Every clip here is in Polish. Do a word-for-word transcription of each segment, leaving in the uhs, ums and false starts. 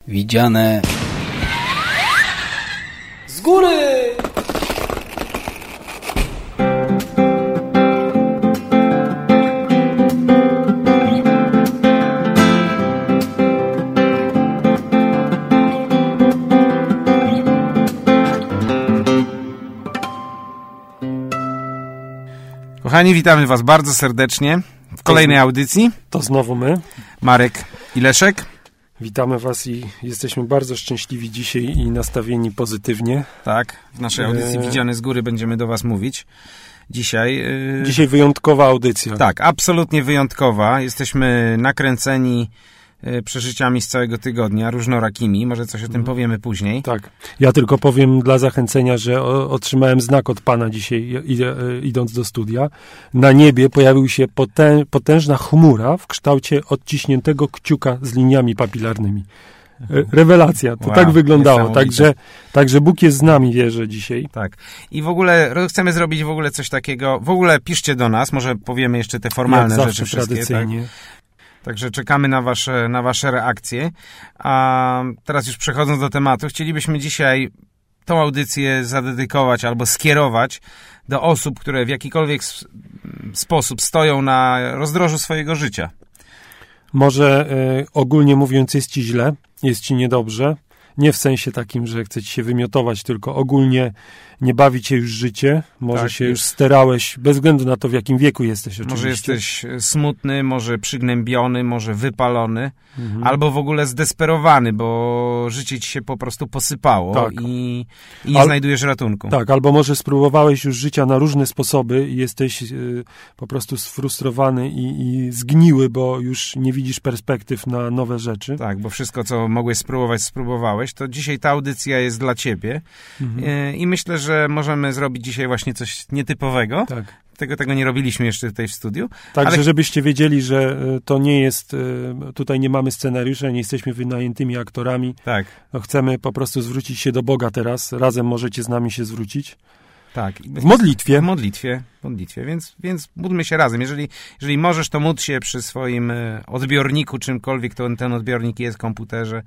Widziane z góry! Kochani, witamy Was bardzo serdecznie w kolejnej audycji. To znowu my, Marek i Leszek. Witamy Was i jesteśmy bardzo szczęśliwi dzisiaj i nastawieni pozytywnie. Tak, w naszej audycji e... Widziane z góry będziemy do Was mówić. Dzisiaj... Yy... Dzisiaj wyjątkowa audycja. Tak, absolutnie wyjątkowa. Jesteśmy nakręceni yy, przeżyciami z całego tygodnia, różnorakimi. Może coś o tym hmm. powiemy później. Tak. Ja tylko powiem dla zachęcenia, że o, otrzymałem znak od Pana dzisiaj, id, idąc do studia. Na niebie pojawił się potę, potężna chmura w kształcie odciśniętego kciuka z liniami papilarnymi. Rewelacja, to wow, tak wyglądało. Także, także Bóg jest z nami, wierzę dzisiaj. Tak. I w ogóle chcemy zrobić w ogóle coś takiego. W ogóle piszcie do nas, może powiemy jeszcze te formalne Jak rzeczy wszystkie. Tradycyjnie. Tak? Także czekamy na wasze, na wasze reakcje. A teraz już przechodząc do tematu, chcielibyśmy dzisiaj tą audycję zadedykować albo skierować do osób, które w jakikolwiek sposób stoją na rozdrożu swojego życia. Może y, ogólnie mówiąc jest ci źle, jest ci niedobrze. Nie w sensie takim, że chce ci się wymiotować, tylko ogólnie nie bawi cię już życie. Może tak, się już sterałeś, bez względu na to, w jakim wieku jesteś oczywiście. Może jesteś smutny, może przygnębiony, może wypalony, mhm. albo w ogóle zdesperowany, bo życie ci się po prostu posypało tak. i, i nie Al, znajdujesz ratunku. Tak, albo może spróbowałeś już życia na różne sposoby i jesteś y, po prostu sfrustrowany i, i zgniły, bo już nie widzisz perspektyw na nowe rzeczy. Tak, bo wszystko, co mogłeś spróbować, spróbowałeś, to dzisiaj ta audycja jest dla ciebie mhm. y, i myślę, że możemy zrobić dzisiaj właśnie coś nietypowego. Tak. Tego, tego nie robiliśmy jeszcze tutaj w studiu. Także, ale... żebyście wiedzieli, że to nie jest, tutaj nie mamy scenariusza, nie jesteśmy wynajętymi aktorami. Tak. No, chcemy po prostu zwrócić się do Boga teraz. Razem możecie z nami się zwrócić. Tak. W modlitwie. W modlitwie, w modlitwie, więc, więc módlmy się razem. Jeżeli, jeżeli możesz, to módl się przy swoim odbiorniku, czymkolwiek to ten odbiornik jest, komputerze,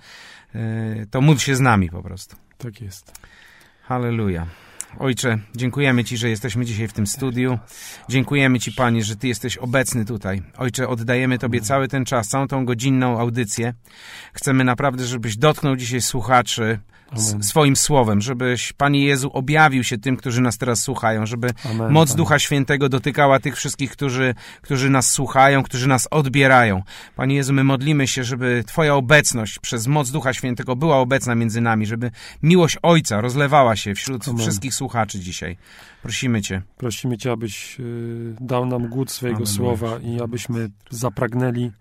to módl się z nami po prostu. Tak jest. Halleluja. Ojcze, dziękujemy Ci, że jesteśmy dzisiaj w tym studiu. Dziękujemy Ci, Panie, że Ty jesteś obecny tutaj. Ojcze, oddajemy Tobie cały ten czas, całą tą godzinną audycję. Chcemy naprawdę, żebyś dotknął dzisiaj słuchaczy S- swoim słowem, żebyś, Panie Jezu, objawił się tym, którzy nas teraz słuchają, żeby Amen, moc Panie. Ducha Świętego dotykała tych wszystkich, którzy, którzy nas słuchają, którzy nas odbierają. Panie Jezu, my modlimy się, żeby Twoja obecność przez moc Ducha Świętego była obecna między nami, żeby miłość Ojca rozlewała się wśród Amen. Wszystkich słuchaczy dzisiaj. Prosimy Cię. Prosimy Cię, abyś y, dał nam głód swojego Amen. Słowa i abyśmy zapragnęli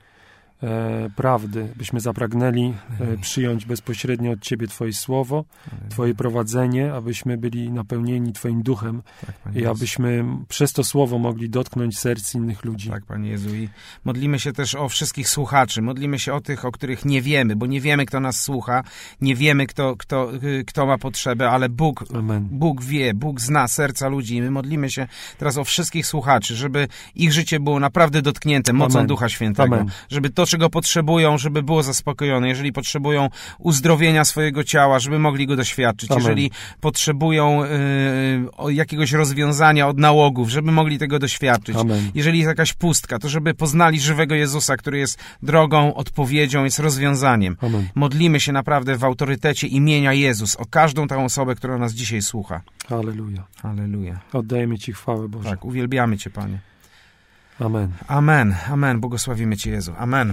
E, prawdy, byśmy zapragnęli e, przyjąć bezpośrednio od Ciebie Twoje słowo, Twoje prowadzenie, abyśmy byli napełnieni Twoim duchem tak, i abyśmy przez to słowo mogli dotknąć serc innych ludzi. Tak, Panie Jezu. I modlimy się też o wszystkich słuchaczy, modlimy się o tych, o których nie wiemy, bo nie wiemy, kto nas słucha, nie wiemy, kto, kto, kto ma potrzebę, ale Bóg, Amen. Bóg wie, Bóg zna serca ludzi i my modlimy się teraz o wszystkich słuchaczy, żeby ich życie było naprawdę dotknięte mocą Amen. Ducha Świętego, Amen. Żeby to, czego potrzebują, żeby było zaspokojone. Jeżeli potrzebują uzdrowienia swojego ciała, żeby mogli go doświadczyć. Amen. Jeżeli potrzebują y, jakiegoś rozwiązania od nałogów, żeby mogli tego doświadczyć. Amen. Jeżeli jest jakaś pustka, to żeby poznali żywego Jezusa, który jest drogą, odpowiedzią, jest rozwiązaniem. Amen. Modlimy się naprawdę w autorytecie imienia Jezus o każdą tę osobę, która nas dzisiaj słucha. Halleluja. Halleluja. Oddajemy Ci chwałę, Boże. Tak, uwielbiamy Cię, Panie. Amen. Amen. Amen. Błogosławimy Cię, Jezu. Amen.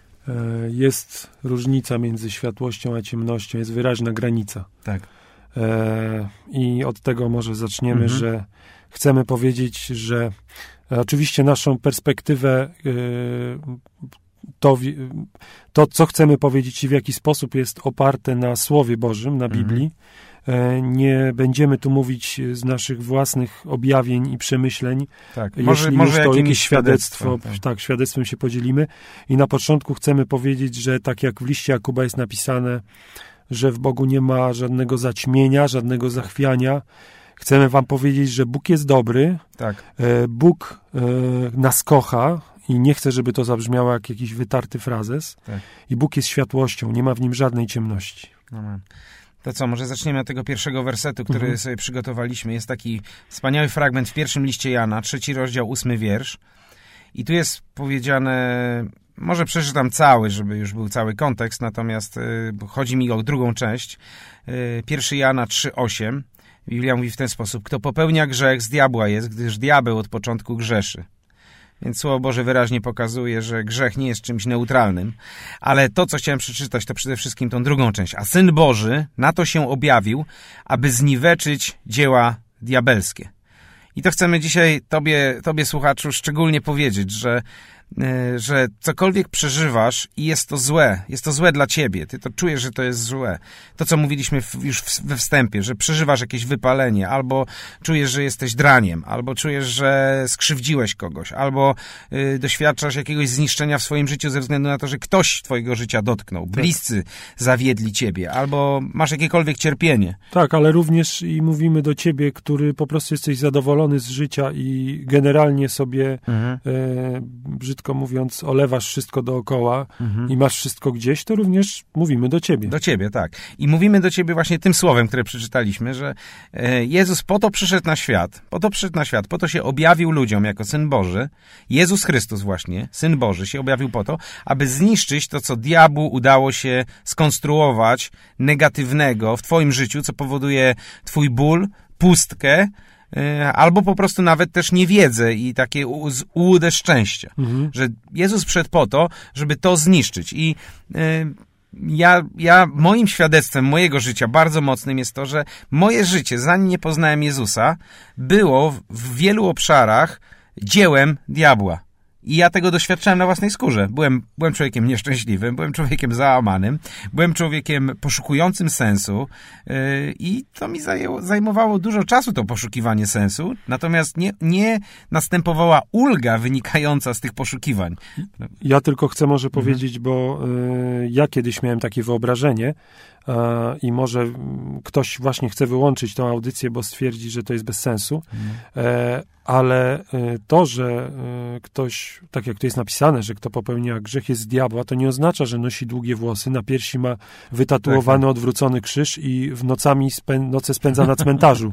Jest różnica między światłością a ciemnością, jest wyraźna granica. Tak. E, I od tego może zaczniemy, mhm. że chcemy powiedzieć, że oczywiście naszą perspektywę, e, to, to, co chcemy powiedzieć i w jaki sposób jest oparte na Słowie Bożym, na Biblii. Mhm. Nie będziemy tu mówić z naszych własnych objawień i przemyśleń. Tak, Jeśli może, już może to jakieś świadectwo, tak. tak, świadectwem się podzielimy. I na początku chcemy powiedzieć, że tak jak w liście Jakuba jest napisane, że w Bogu nie ma żadnego zaćmienia, żadnego zachwiania. Chcemy wam powiedzieć, że Bóg jest dobry. Tak. Bóg nas kocha i nie chcę, żeby to zabrzmiało jak jakiś wytarty frazes. Tak. I Bóg jest światłością, nie ma w nim żadnej ciemności. Amen. To co, może zaczniemy od tego pierwszego wersetu, który mhm. sobie przygotowaliśmy. Jest taki wspaniały fragment w pierwszym liście Jana, trzeci rozdział, ósmy wiersz. I tu jest powiedziane, może przeczytam cały, żeby już był cały kontekst, natomiast y, chodzi mi o drugą część. Y, pierwszy Jana trzy, osiem. Biblia mówi w ten sposób: kto popełnia grzech, z diabła jest, gdyż diabeł od początku grzeszy. Więc Słowo Boże wyraźnie pokazuje, że grzech nie jest czymś neutralnym. Ale to, co chciałem przeczytać, to przede wszystkim tą drugą część. A Syn Boży na to się objawił, aby zniweczyć dzieła diabelskie. I to chcemy dzisiaj tobie, tobie słuchaczu, szczególnie powiedzieć, że, yy, że cokolwiek przeżywasz i jest to złe, jest to złe dla ciebie, ty to czujesz, że to jest złe. To, co mówiliśmy w, już w, we wstępie, że przeżywasz jakieś wypalenie, albo czujesz, że jesteś draniem, albo czujesz, że skrzywdziłeś kogoś, albo yy, doświadczasz jakiegoś zniszczenia w swoim życiu ze względu na to, że ktoś twojego życia dotknął, bliscy zawiedli ciebie, albo masz jakiekolwiek cierpienie. Tak, ale również i mówimy do ciebie, który po prostu jesteś zadowolony z życia i generalnie sobie mhm. e, brzydko mówiąc, olewasz wszystko dookoła mhm. i masz wszystko gdzieś, to również mówimy do ciebie. Do ciebie, tak. I mówimy do ciebie właśnie tym słowem, które przeczytaliśmy, że Jezus po to przyszedł na świat, po to przyszedł na świat, po to się objawił ludziom jako Syn Boży. Jezus Chrystus właśnie, Syn Boży, się objawił po to, aby zniszczyć to, co diabłu udało się skonstruować negatywnego w twoim życiu, co powoduje twój ból, pustkę, albo po prostu nawet też niewiedzę i takie ułudę szczęścia. Mhm. Że Jezus przyszedł po to, żeby to zniszczyć. I y, ja, ja, moim świadectwem mojego życia bardzo mocnym jest to, że moje życie, zanim nie poznałem Jezusa, było w wielu obszarach dziełem diabła. I ja tego doświadczałem na własnej skórze. Byłem, byłem człowiekiem nieszczęśliwym, byłem człowiekiem załamanym, byłem człowiekiem poszukującym sensu yy, i to mi zajęło, zajmowało dużo czasu to poszukiwanie sensu, natomiast nie, nie następowała ulga wynikająca z tych poszukiwań. Ja tylko chcę może mhm. powiedzieć, bo yy, ja kiedyś miałem takie wyobrażenie, i może ktoś właśnie chce wyłączyć tą audycję, bo stwierdzi, że to jest bez sensu, mm. ale to, że ktoś, tak jak tu jest napisane, że kto popełnia grzech jest z diabła, to nie oznacza, że nosi długie włosy, na piersi ma wytatuowany tak, odwrócony krzyż i w nocami spę, noce spędza na cmentarzu.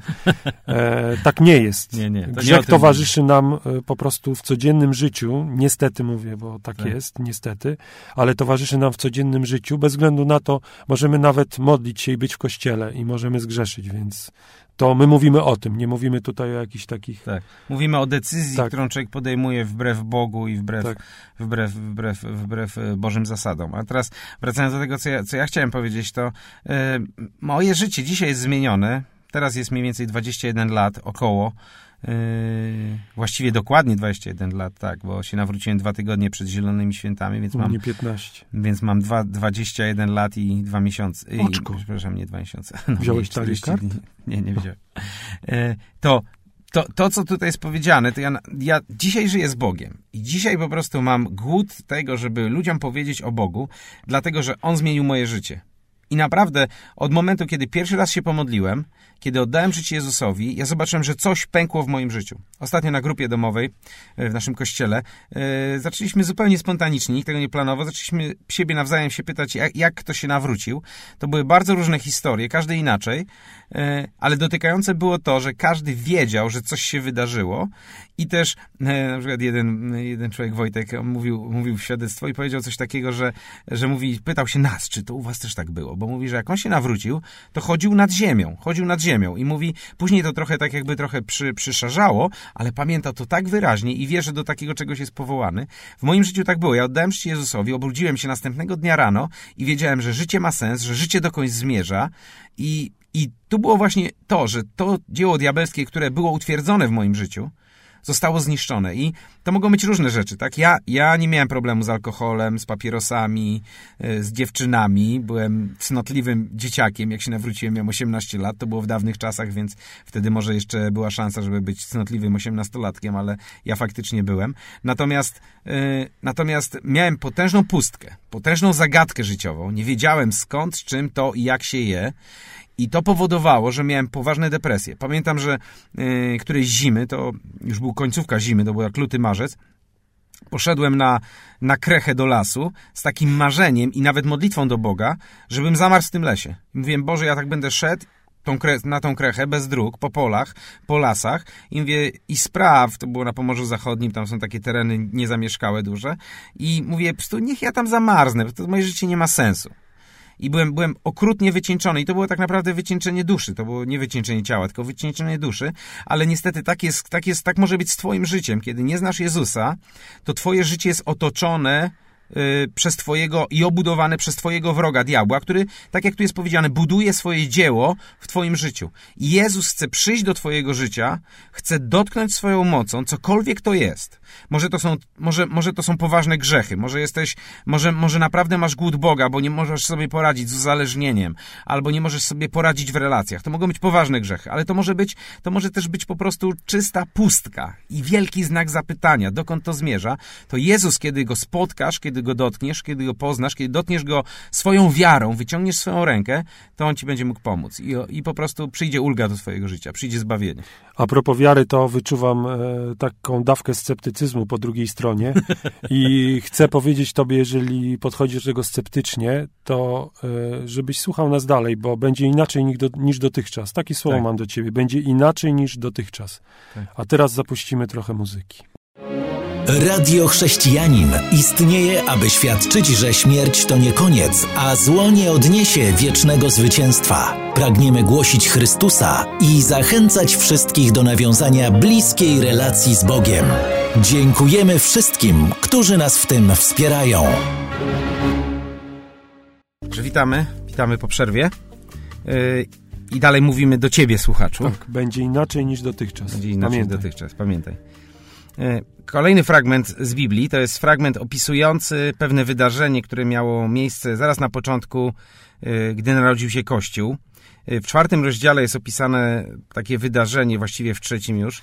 E, tak nie jest. Nie, nie, to grzech nie towarzyszy nam po prostu w codziennym życiu, niestety mówię, bo tak, tak jest, niestety, ale towarzyszy nam w codziennym życiu, bez względu na to, możemy nawet modlić się i być w kościele i możemy zgrzeszyć, więc to my mówimy o tym, nie mówimy tutaj o jakichś takich... Tak. Mówimy o decyzji, tak. którą człowiek podejmuje wbrew Bogu i wbrew, tak. wbrew, wbrew, wbrew Bożym zasadom. A teraz wracając do tego, co ja, co ja chciałem powiedzieć, to yy, moje życie dzisiaj jest zmienione. Teraz jest mniej więcej dwadzieścia jeden lat, około. Yy, właściwie dokładnie dwadzieścia jeden lat, tak, bo się nawróciłem dwa tygodnie przed Zielonymi Świętami, więc mam... Nie piętnaście. Więc mam dwa, dwadzieścia jeden lat i dwa miesiące. Oczku. I, przepraszam, nie dwa miesiące. No, Wziąłeś talię kart? Nie, nie wziąłem. Yy, to, to, to, co tutaj jest powiedziane, to ja, ja dzisiaj żyję z Bogiem. I dzisiaj po prostu mam głód tego, żeby ludziom powiedzieć o Bogu, dlatego, że On zmienił moje życie. I naprawdę od momentu, kiedy pierwszy raz się pomodliłem, kiedy oddałem życie Jezusowi, ja zobaczyłem, że coś pękło w moim życiu. Ostatnio na grupie domowej w naszym kościele yy, zaczęliśmy zupełnie spontanicznie, nikt tego nie planował, zaczęliśmy siebie nawzajem się pytać, jak, jak kto się nawrócił. To były bardzo różne historie, każdy inaczej, yy, ale dotykające było to, że każdy wiedział, że coś się wydarzyło i też yy, na przykład jeden, jeden człowiek, Wojtek, mówił, mówił świadectwo i powiedział coś takiego, że, że mówi, pytał się nas, czy to u was też tak było, bo mówi, że jak on się nawrócił, to chodził nad ziemią, chodził nad ziemią i mówi, później to trochę tak jakby trochę przy, przyszarzało, ale pamięta to tak wyraźnie i wie, że do takiego czegoś jest powołany. W moim życiu tak było. Ja oddałem życie Jezusowi, obudziłem się następnego dnia rano i wiedziałem, że życie ma sens, że życie dokądś zmierza i, i tu było właśnie to, że to dzieło diabelskie, które było utwierdzone w moim życiu, zostało zniszczone. I to mogą być różne rzeczy, tak? Ja, ja nie miałem problemu z alkoholem, z papierosami, z dziewczynami. Byłem cnotliwym dzieciakiem. Jak się nawróciłem, miałem osiemnaście lat. To było w dawnych czasach, więc wtedy może jeszcze była szansa, żeby być cnotliwym osiemnastolatkiem, ale ja faktycznie byłem. Natomiast, yy, natomiast miałem potężną pustkę, potężną zagadkę życiową. Nie wiedziałem skąd, czym to i jak się je. I to powodowało, że miałem poważne depresje. Pamiętam, że yy, którejś zimy, to już był końcówka zimy, to był jak luty, marzec, poszedłem na, na krechę do lasu z takim marzeniem i nawet modlitwą do Boga, żebym zamarł w tym lesie. I mówiłem, Boże, ja tak będę szedł tą kre- na tą krechę bez dróg, po polach, po lasach i mówię, i spraw, to było na Pomorzu Zachodnim, tam są takie tereny niezamieszkałe duże i mówię, po prostu niech ja tam zamarznę, bo to moje życie nie ma sensu. I byłem, byłem okrutnie wycieńczony. I to było tak naprawdę wycieńczenie duszy. To było nie wycieńczenie ciała, tylko wycieńczenie duszy. Ale niestety tak jest, tak jest, tak może być z twoim życiem. Kiedy nie znasz Jezusa, to twoje życie jest otoczone y, przez twojego i obudowane przez twojego wroga, diabła, który, tak jak tu jest powiedziane, buduje swoje dzieło w twoim życiu. I Jezus chce przyjść do twojego życia, chce dotknąć swoją mocą, cokolwiek to jest. Może to są, może, może to są poważne grzechy, może jesteś, może, może naprawdę masz głód Boga, bo nie możesz sobie poradzić z uzależnieniem, albo nie możesz sobie poradzić w relacjach. To mogą być poważne grzechy, ale to może być, to może też być po prostu czysta pustka i wielki znak zapytania, dokąd to zmierza. To Jezus, kiedy Go spotkasz, kiedy Go dotkniesz, kiedy Go poznasz, kiedy dotkniesz Go swoją wiarą, wyciągniesz swoją rękę, to On ci będzie mógł pomóc i, i po prostu przyjdzie ulga do twojego życia, przyjdzie zbawienie. A propos wiary, to wyczuwam e, taką dawkę sceptycyzmu po drugiej stronie i chcę powiedzieć tobie, jeżeli podchodzisz do tego sceptycznie, to e, żebyś słuchał nas dalej, bo będzie inaczej niż, do, niż dotychczas. Takie słowo tak. mam do ciebie. Będzie inaczej niż dotychczas. Tak. A teraz zapuścimy trochę muzyki. Radio Chrześcijanin istnieje, aby świadczyć, że śmierć to nie koniec, a zło nie odniesie wiecznego zwycięstwa. Pragniemy głosić Chrystusa i zachęcać wszystkich do nawiązania bliskiej relacji z Bogiem. Dziękujemy wszystkim, którzy nas w tym wspierają. Witamy, witamy po przerwie. Yy, I dalej mówimy do ciebie, słuchaczu. Tak, będzie inaczej niż dotychczas. Będzie inaczej Pamiętaj. niż dotychczas, pamiętaj. Kolejny fragment z Biblii to jest fragment opisujący pewne wydarzenie, które miało miejsce zaraz na początku, gdy narodził się Kościół. W czwartym rozdziale jest opisane takie wydarzenie, właściwie w trzecim już,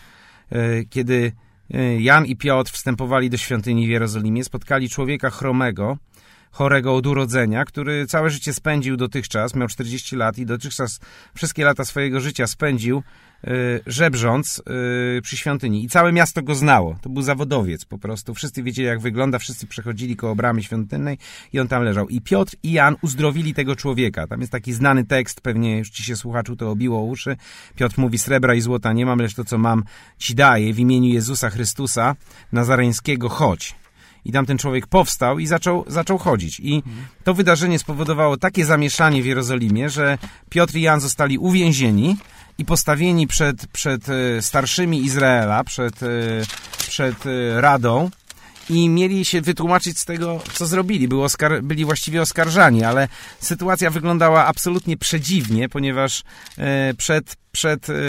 kiedy Jan i Piotr wstępowali do świątyni w Jerozolimie, spotkali człowieka chromego, chorego od urodzenia, który całe życie spędził dotychczas, miał czterdzieści lat i dotychczas wszystkie lata swojego życia spędził y, żebrząc y, przy świątyni. I całe miasto go znało. To był zawodowiec po prostu. Wszyscy wiedzieli, jak wygląda, wszyscy przechodzili koło bramy świątynnej i on tam leżał. I Piotr i Jan uzdrowili tego człowieka. Tam jest taki znany tekst, pewnie już ci się słuchaczu to obiło uszy. Piotr mówi, srebra i złota nie mam, lecz to, co mam, ci daję. W imieniu Jezusa Chrystusa Nazareńskiego chodź. I tam ten człowiek powstał i zaczął, zaczął chodzić. I to wydarzenie spowodowało takie zamieszanie w Jerozolimie, że Piotr i Jan zostali uwięzieni i postawieni przed, przed starszymi Izraela, przed, przed Radą i mieli się wytłumaczyć z tego, co zrobili. Byli, oskar- byli właściwie oskarżani, ale sytuacja wyglądała absolutnie przedziwnie, ponieważ e, przed, przed, e,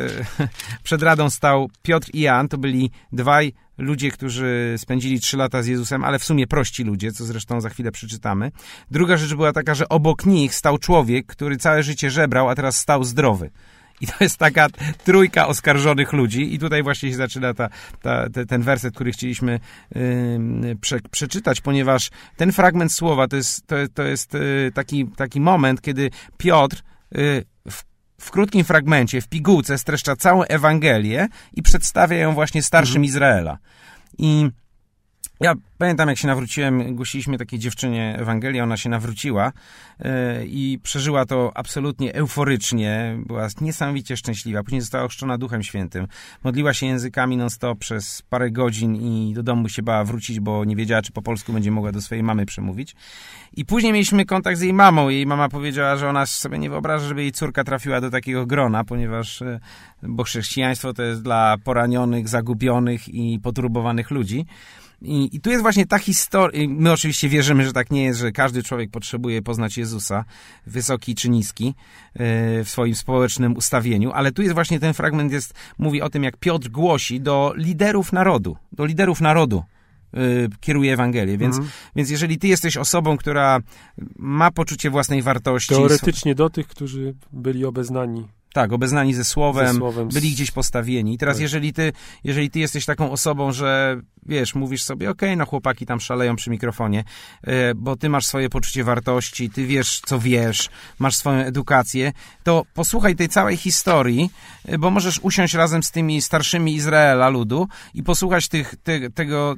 przed Radą stał Piotr i Jan. To byli dwaj ludzie, którzy spędzili trzy lata z Jezusem, ale w sumie prości ludzie, co zresztą za chwilę przeczytamy. Druga rzecz była taka, że obok nich stał człowiek, który całe życie żebrał, a teraz stał zdrowy. I to jest taka trójka oskarżonych ludzi i tutaj właśnie się zaczyna ta, ta, te, ten werset, który chcieliśmy yy, prze, przeczytać, ponieważ ten fragment słowa to jest, to, to jest yy, taki, taki moment, kiedy Piotr yy, w, w krótkim fragmencie, w pigułce streszcza całą Ewangelię i przedstawia ją właśnie starszym mhm. Izraela. I ja pamiętam, jak się nawróciłem, głosiliśmy takiej dziewczynie Ewangelię, ona się nawróciła yy, i przeżyła to absolutnie euforycznie, była niesamowicie szczęśliwa. Później została ochrzczona Duchem Świętym. Modliła się językami non-stop przez parę godzin i do domu się bała wrócić, bo nie wiedziała, czy po polsku będzie mogła do swojej mamy przemówić. I później mieliśmy kontakt z jej mamą. Jej mama powiedziała, że ona sobie nie wyobraża, żeby jej córka trafiła do takiego grona, ponieważ, yy, bo chrześcijaństwo to jest dla poranionych, zagubionych i poturbowanych ludzi. I, I tu jest właśnie ta historia, my oczywiście wierzymy, że tak nie jest, że każdy człowiek potrzebuje poznać Jezusa, wysoki czy niski, yy, w swoim społecznym ustawieniu, ale tu jest właśnie ten fragment, jest, mówi o tym, jak Piotr głosi do liderów narodu, do liderów narodu yy, kieruje Ewangelię, więc, mhm. więc jeżeli ty jesteś osobą, która ma poczucie własnej wartości... Teoretycznie do tych, którzy byli obeznani. Tak, obeznani ze słowem, ze słowem byli gdzieś postawieni. I teraz tak. jeżeli ty jeżeli ty jesteś taką osobą, że wiesz, mówisz sobie, okej, okay, no chłopaki tam szaleją przy mikrofonie, yy, bo ty masz swoje poczucie wartości, ty wiesz, co wiesz, masz swoją edukację, to posłuchaj tej całej historii, yy, bo możesz usiąść razem z tymi starszymi Izraela ludu i posłuchać tych, ty, tego, tych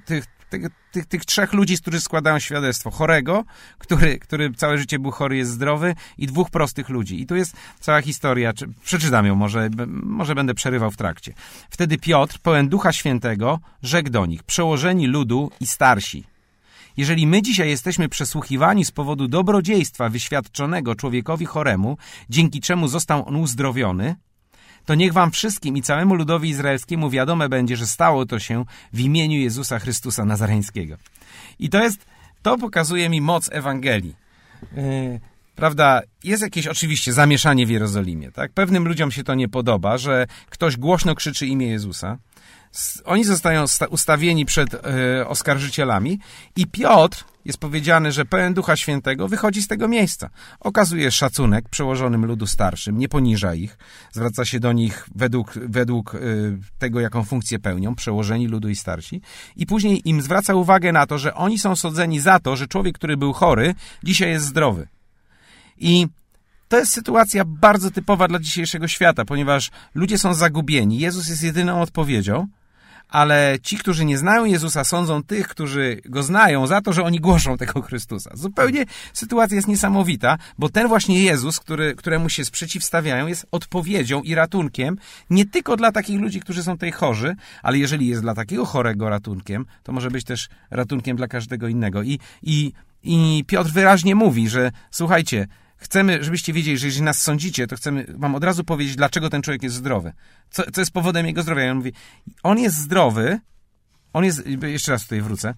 tych, tych, tych trzech ludzi, którzy składają świadectwo. Chorego, który, który całe życie był chory, jest zdrowy, i dwóch prostych ludzi. I tu jest cała historia. Czy, przeczytam ją, może, może będę przerywał w trakcie. Wtedy Piotr, pełen Ducha Świętego, rzekł do nich: przełożeni ludu i starsi. Jeżeli my dzisiaj jesteśmy przesłuchiwani z powodu dobrodziejstwa wyświadczonego człowiekowi choremu, dzięki czemu został on uzdrowiony, to niech wam wszystkim i całemu ludowi izraelskiemu wiadome będzie, że stało to się w imieniu Jezusa Chrystusa Nazareńskiego. I to jest, to pokazuje mi moc Ewangelii. Yy, prawda, jest jakieś oczywiście zamieszanie w Jerozolimie, tak? Pewnym ludziom się to nie podoba, że ktoś głośno krzyczy imię Jezusa. Oni zostają ustawieni przed e, oskarżycielami i Piotr, jest powiedziane, że pełen Ducha Świętego, wychodzi z tego miejsca. Okazuje szacunek przełożonym ludu starszym, nie poniża ich, zwraca się do nich według, według e, tego, jaką funkcję pełnią, przełożeni ludu i starsi, i później im zwraca uwagę na to, że oni są sądzeni za to, że człowiek, który był chory, dzisiaj jest zdrowy. I to jest sytuacja bardzo typowa dla dzisiejszego świata, ponieważ ludzie są zagubieni. Jezus jest jedyną odpowiedzią, ale ci, którzy nie znają Jezusa, sądzą tych, którzy Go znają, za to, że oni głoszą tego Chrystusa. Zupełnie sytuacja jest niesamowita, bo ten właśnie Jezus, który, któremu się sprzeciwstawiają, jest odpowiedzią i ratunkiem nie tylko dla takich ludzi, którzy są tutaj chorzy, ale jeżeli jest dla takiego chorego ratunkiem, to może być też ratunkiem dla każdego innego. I, i, i Piotr wyraźnie mówi, że słuchajcie, chcemy, żebyście wiedzieli, że jeżeli nas sądzicie, to chcemy wam od razu powiedzieć, dlaczego ten człowiek jest zdrowy. Co, co jest powodem jego zdrowia. I on mówi, on jest zdrowy, on jest, jeszcze raz tutaj wrócę,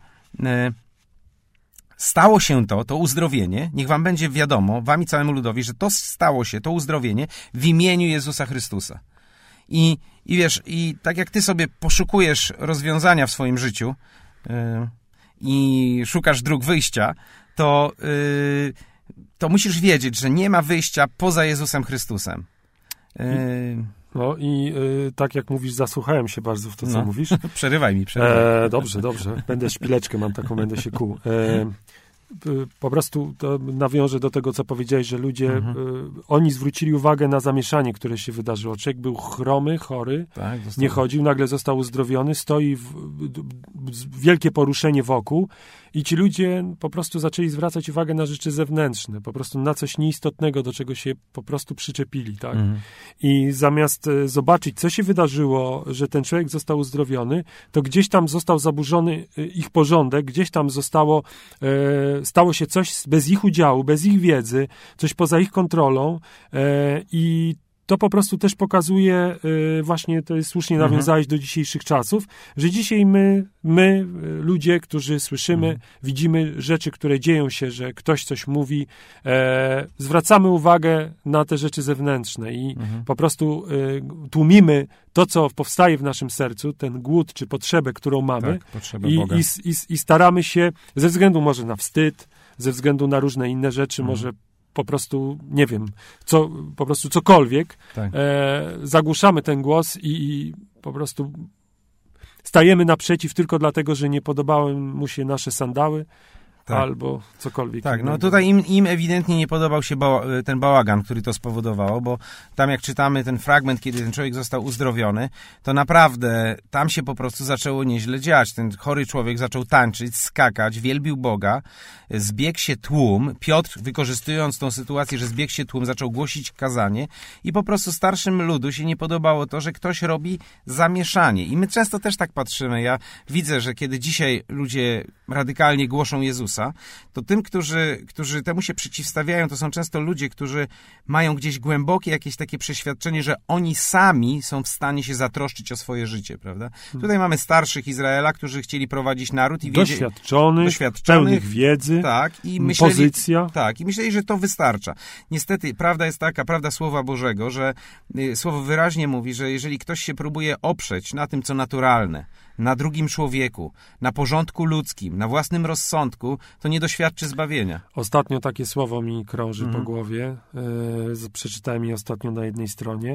stało się to, to uzdrowienie, niech wam będzie wiadomo, wam i całemu ludowi, że to stało się, to uzdrowienie w imieniu Jezusa Chrystusa. I, i wiesz, i tak jak ty sobie poszukujesz rozwiązania w swoim życiu yy, i szukasz dróg wyjścia, to... Yy, to musisz wiedzieć, że nie ma wyjścia poza Jezusem Chrystusem. Yy... No i y, tak jak mówisz, zasłuchałem się bardzo w to, co no. mówisz. Przerywaj mi, przerywaj. E, dobrze, dobrze. Będę szpileczkę, mam taką, będę się kłuł. E, po prostu to nawiążę do tego, co powiedziałeś, że ludzie, mhm. y, oni zwrócili uwagę na zamieszanie, które się wydarzyło. Człowiek był chromy, chory, tak, nie chodził, nagle został uzdrowiony, stoi w, w, wielkie poruszenie wokół i ci ludzie po prostu zaczęli zwracać uwagę na rzeczy zewnętrzne, po prostu na coś nieistotnego, do czego się po prostu przyczepili, tak? Mhm. I zamiast e, zobaczyć, co się wydarzyło, że ten człowiek został uzdrowiony, to gdzieś tam został zaburzony e, ich porządek, gdzieś tam zostało, e, stało się coś bez ich udziału, bez ich wiedzy, coś poza ich kontrolą e, i to po prostu też pokazuje, y, właśnie to jest słusznie mhm. nawiązałeś do dzisiejszych czasów, że dzisiaj my, my ludzie, którzy słyszymy, mhm. widzimy rzeczy, które dzieją się, że ktoś coś mówi, e, zwracamy uwagę na te rzeczy zewnętrzne i mhm. po prostu y, tłumimy to, co powstaje w naszym sercu, ten głód czy potrzebę, którą mamy tak, potrzebę i, Boga. i, i, i staramy się, ze względu może na wstyd, ze względu na różne inne rzeczy, mhm. może po prostu, nie wiem, co, po prostu cokolwiek, tak. e, zagłuszamy ten głos i, i po prostu stajemy naprzeciw tylko dlatego, że nie podobały mu się nasze sandały, tak. albo cokolwiek. Tak, no tutaj im, im ewidentnie nie podobał się bała, ten bałagan, który to spowodowało, bo tam jak czytamy ten fragment, kiedy ten człowiek został uzdrowiony, to naprawdę tam się po prostu zaczęło nieźle dziać. Ten chory człowiek zaczął tańczyć, skakać, wielbił Boga, zbiegł się tłum. Piotr, wykorzystując tą sytuację, że zbiegł się tłum, zaczął głosić kazanie i po prostu starszym ludu się nie podobało to, że ktoś robi zamieszanie. I my często też tak patrzymy. Ja widzę, że kiedy dzisiaj ludzie radykalnie głoszą Jezusa, to tym, którzy, którzy temu się przeciwstawiają, to są często ludzie, którzy mają gdzieś głębokie jakieś takie przeświadczenie, że oni sami są w stanie się zatroszczyć o swoje życie, prawda? Hmm. Tutaj mamy starszych Izraela, którzy chcieli prowadzić naród i wiedzieli... Doświadczonych, doświadczonych, pełnych wiedzy, tak, i myśleli, pozycja. Tak, i myśleli, że to wystarcza. Niestety, prawda jest taka, prawda Słowa Bożego, że y, Słowo wyraźnie mówi, że jeżeli ktoś się próbuje oprzeć na tym, co naturalne, na drugim człowieku, na porządku ludzkim, na własnym rozsądku, to nie doświadczy zbawienia. Ostatnio takie słowo mi krąży Mhm. po głowie. Yy, przeczytałem je ostatnio na jednej stronie,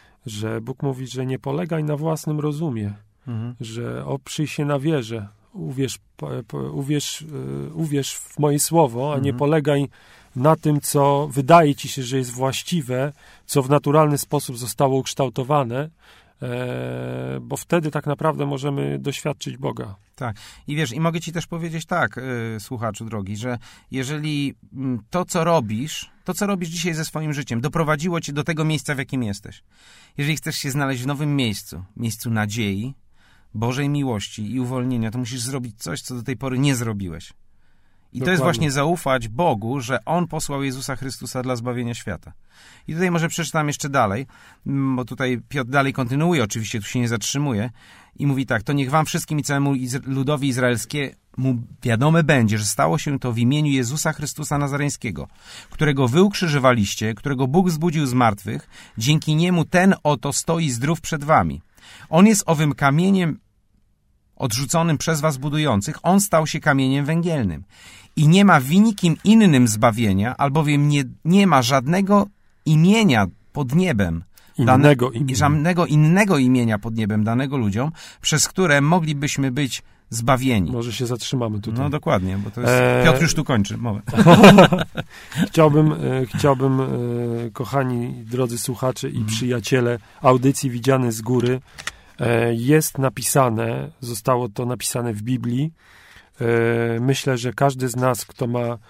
że Bóg mówi, że nie polegaj na własnym rozumie, mhm. że oprzyj się na wierze. Uwierz, po, po, uwierz, yy, uwierz w moje słowo, a mhm. nie polegaj na tym, co wydaje ci się, że jest właściwe, co w naturalny sposób zostało ukształtowane, e, bo wtedy tak naprawdę możemy doświadczyć Boga. Tak. I wiesz, i mogę ci też powiedzieć tak, yy, słuchaczu drogi, że jeżeli mm, to, co robisz, to, co robisz dzisiaj ze swoim życiem, doprowadziło cię do tego miejsca, w jakim jesteś. Jeżeli chcesz się znaleźć w nowym miejscu, miejscu nadziei, Bożej miłości i uwolnienia, to musisz zrobić coś, co do tej pory nie zrobiłeś. I Dokładnie. To jest właśnie zaufać Bogu, że On posłał Jezusa Chrystusa dla zbawienia świata. I tutaj może przeczytam jeszcze dalej, bo tutaj Piotr dalej kontynuuje, oczywiście tu się nie zatrzymuje i mówi tak: to niech wam wszystkim i całemu ludowi izraelskiemu wiadome będzie, że stało się to w imieniu Jezusa Chrystusa Nazareńskiego, którego wy ukrzyżowaliście, którego Bóg wzbudził z martwych, dzięki niemu ten oto stoi zdrów przed wami. On jest owym kamieniem odrzuconym przez was budujących, on stał się kamieniem węgielnym. I nie ma w nikim innym zbawienia, albowiem nie, nie ma żadnego imienia pod niebem, innego, dane, imienia. żadnego innego imienia pod niebem danego ludziom, przez które moglibyśmy być zbawieni. Może się zatrzymamy tutaj. No dokładnie, bo to jest... E... Piotr już tu kończy. Moment. chciałbym, e, chciałbym e, kochani, drodzy słuchacze i przyjaciele audycji Widziane z Góry, e, jest napisane, zostało to napisane w Biblii. E, myślę, że każdy z nas, kto ma, e,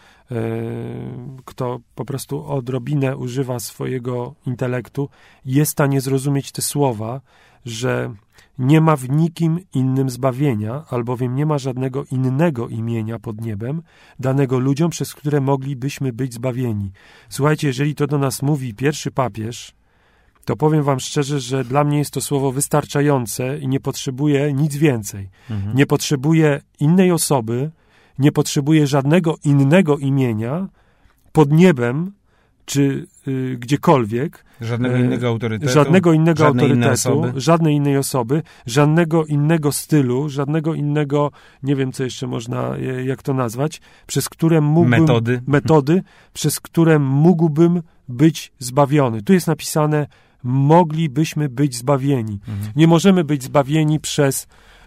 kto po prostu odrobinę używa swojego intelektu, jest w stanie zrozumieć te słowa, że nie ma w nikim innym zbawienia, albowiem nie ma żadnego innego imienia pod niebem, danego ludziom, przez które moglibyśmy być zbawieni. Słuchajcie, jeżeli to do nas mówi pierwszy papież, to powiem wam szczerze, że dla mnie jest to słowo wystarczające i nie potrzebuję nic więcej. Mhm. Nie potrzebuję innej osoby, nie potrzebuję żadnego innego imienia pod niebem, czy y, gdziekolwiek. Żadnego innego autorytetu. Żadnego innego żadnej autorytetu, żadnej innej osoby, żadnego innego stylu, żadnego innego, nie wiem co jeszcze można, jak to nazwać, przez które mógłbym... Metody. Metody, przez które mógłbym być zbawiony. Tu jest napisane, moglibyśmy być zbawieni. Mhm. Nie możemy być zbawieni przez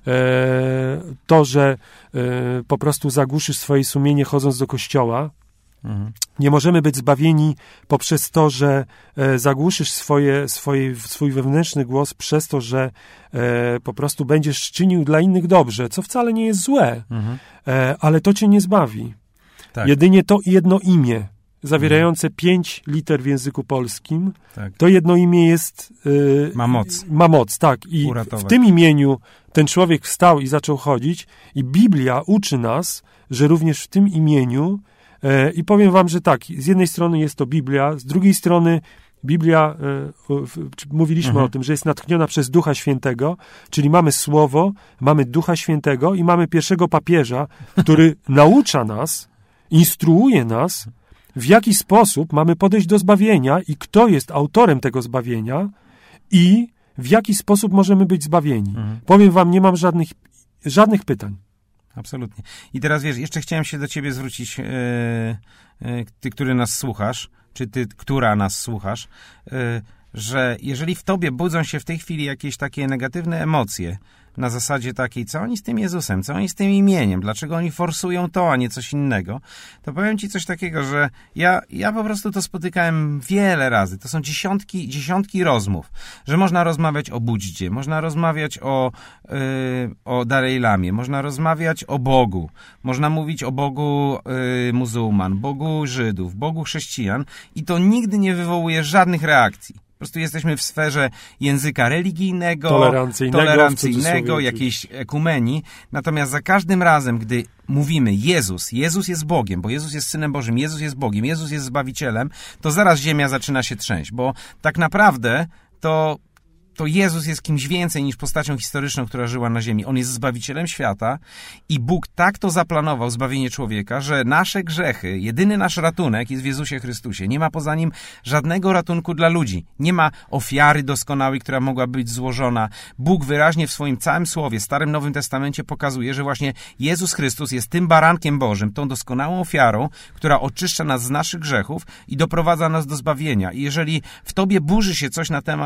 e, to, że e, po prostu zagłuszysz swoje sumienie chodząc do kościoła. Mhm. Nie możemy być zbawieni poprzez to, że e, zagłuszysz swoje, swoje, swój wewnętrzny głos przez to, że e, po prostu będziesz czynił dla innych dobrze, co wcale nie jest złe, mhm. e, ale to cię nie zbawi. Tak. Jedynie to jedno imię, zawierające mhm. pięć liter w języku polskim, tak. to jedno imię jest... E, ma moc. Ma moc, tak. I uratować. W tym imieniu ten człowiek wstał i zaczął chodzić i Biblia uczy nas, że również w tym imieniu i powiem wam, że tak, z jednej strony jest to Biblia, z drugiej strony Biblia, mówiliśmy mhm. o tym, że jest natchniona przez Ducha Świętego, czyli mamy Słowo, mamy Ducha Świętego i mamy pierwszego papieża, który naucza nas, instruuje nas, w jaki sposób mamy podejść do zbawienia i kto jest autorem tego zbawienia i w jaki sposób możemy być zbawieni. Mhm. Powiem wam, nie mam żadnych, żadnych pytań. Absolutnie. I teraz wiesz, jeszcze chciałem się do ciebie zwrócić, yy, yy, ty, który nas słuchasz, czy ty, która nas słuchasz, yy, że jeżeli w tobie budzą się w tej chwili jakieś takie negatywne emocje, na zasadzie takiej, co oni z tym Jezusem, co oni z tym imieniem, dlaczego oni forsują to, a nie coś innego, to powiem ci coś takiego, że ja, ja po prostu to spotykałem wiele razy. To są dziesiątki, dziesiątki rozmów, że można rozmawiać o Buddzie, można rozmawiać o, yy, o Dalaj Lamie, można rozmawiać o Bogu, można mówić o Bogu yy, muzułman, Bogu Żydów, Bogu chrześcijan i to nigdy nie wywołuje żadnych reakcji. Po prostu jesteśmy w sferze języka religijnego, tolerancyjnego, tolerancyjnego jakiejś ekumenii. Natomiast za każdym razem, gdy mówimy Jezus, Jezus jest Bogiem, bo Jezus jest Synem Bożym, Jezus jest Bogiem, Jezus jest Zbawicielem, to zaraz ziemia zaczyna się trzęść, bo tak naprawdę to... to Jezus jest kimś więcej niż postacią historyczną, która żyła na ziemi. On jest Zbawicielem świata i Bóg tak to zaplanował, zbawienie człowieka, że nasze grzechy, jedyny nasz ratunek jest w Jezusie Chrystusie. Nie ma poza nim żadnego ratunku dla ludzi. Nie ma ofiary doskonałej, która mogła być złożona. Bóg wyraźnie w swoim całym Słowie, Starym Nowym Testamencie pokazuje, że właśnie Jezus Chrystus jest tym barankiem Bożym, tą doskonałą ofiarą, która oczyszcza nas z naszych grzechów i doprowadza nas do zbawienia. I jeżeli w tobie burzy się coś na temat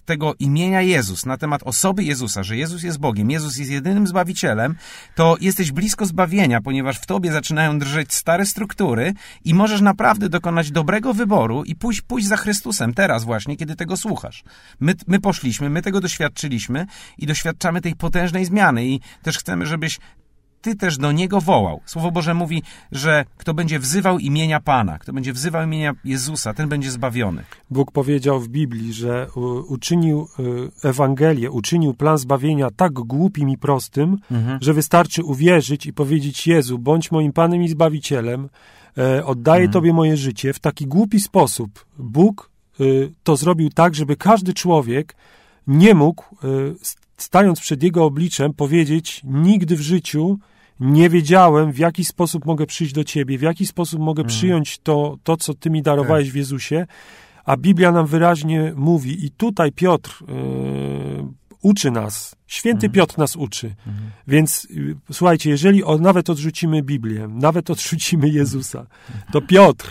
tego imienia Jezus, na temat osoby Jezusa, że Jezus jest Bogiem, Jezus jest jedynym Zbawicielem, to jesteś blisko zbawienia, ponieważ w tobie zaczynają drżeć stare struktury i możesz naprawdę dokonać dobrego wyboru i pójść, pójść za Chrystusem teraz właśnie, kiedy tego słuchasz. My, my poszliśmy, my tego doświadczyliśmy i doświadczamy tej potężnej zmiany i też chcemy, żebyś ty też do Niego wołał. Słowo Boże mówi, że kto będzie wzywał imienia Pana, kto będzie wzywał imienia Jezusa, ten będzie zbawiony. Bóg powiedział w Biblii, że uczynił Ewangelię, uczynił plan zbawienia tak głupim i prostym, mhm. że wystarczy uwierzyć i powiedzieć: Jezu, bądź moim Panem i Zbawicielem, oddaję mhm. Tobie moje życie. W taki głupi sposób Bóg to zrobił tak, żeby każdy człowiek nie mógł, stając przed Jego obliczem, powiedzieć: nigdy w życiu nie wiedziałem, w jaki sposób mogę przyjść do Ciebie, w jaki sposób mogę hmm. przyjąć to, to, co Ty mi darowałeś tak. w Jezusie. A Biblia nam wyraźnie mówi, i tutaj Piotr yy, uczy nas, święty hmm. Piotr nas uczy. Hmm. Więc yy, słuchajcie, jeżeli o, nawet odrzucimy Biblię, nawet odrzucimy Jezusa, to Piotr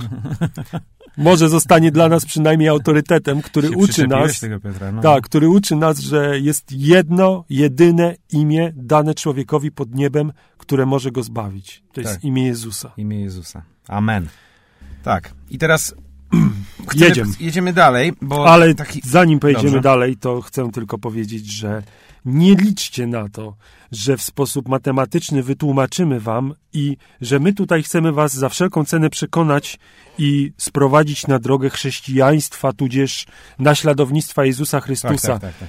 może zostanie dla nas przynajmniej autorytetem, który uczy nas, tego Piotra, no. tak, który uczy nas, że jest jedno, jedyne imię dane człowiekowi pod niebem, które może go zbawić. To jest tak. imię Jezusa. Imię Jezusa. Amen. Tak. I teraz chcemy, jedziemy. jedziemy dalej, bo... Ale taki... zanim pojedziemy Dobrze. dalej, to chcę tylko powiedzieć, że nie liczcie na to, że w sposób matematyczny wytłumaczymy wam i że my tutaj chcemy was za wszelką cenę przekonać i sprowadzić na drogę chrześcijaństwa, tudzież naśladownictwa Jezusa Chrystusa. Tak, tak, tak, tak.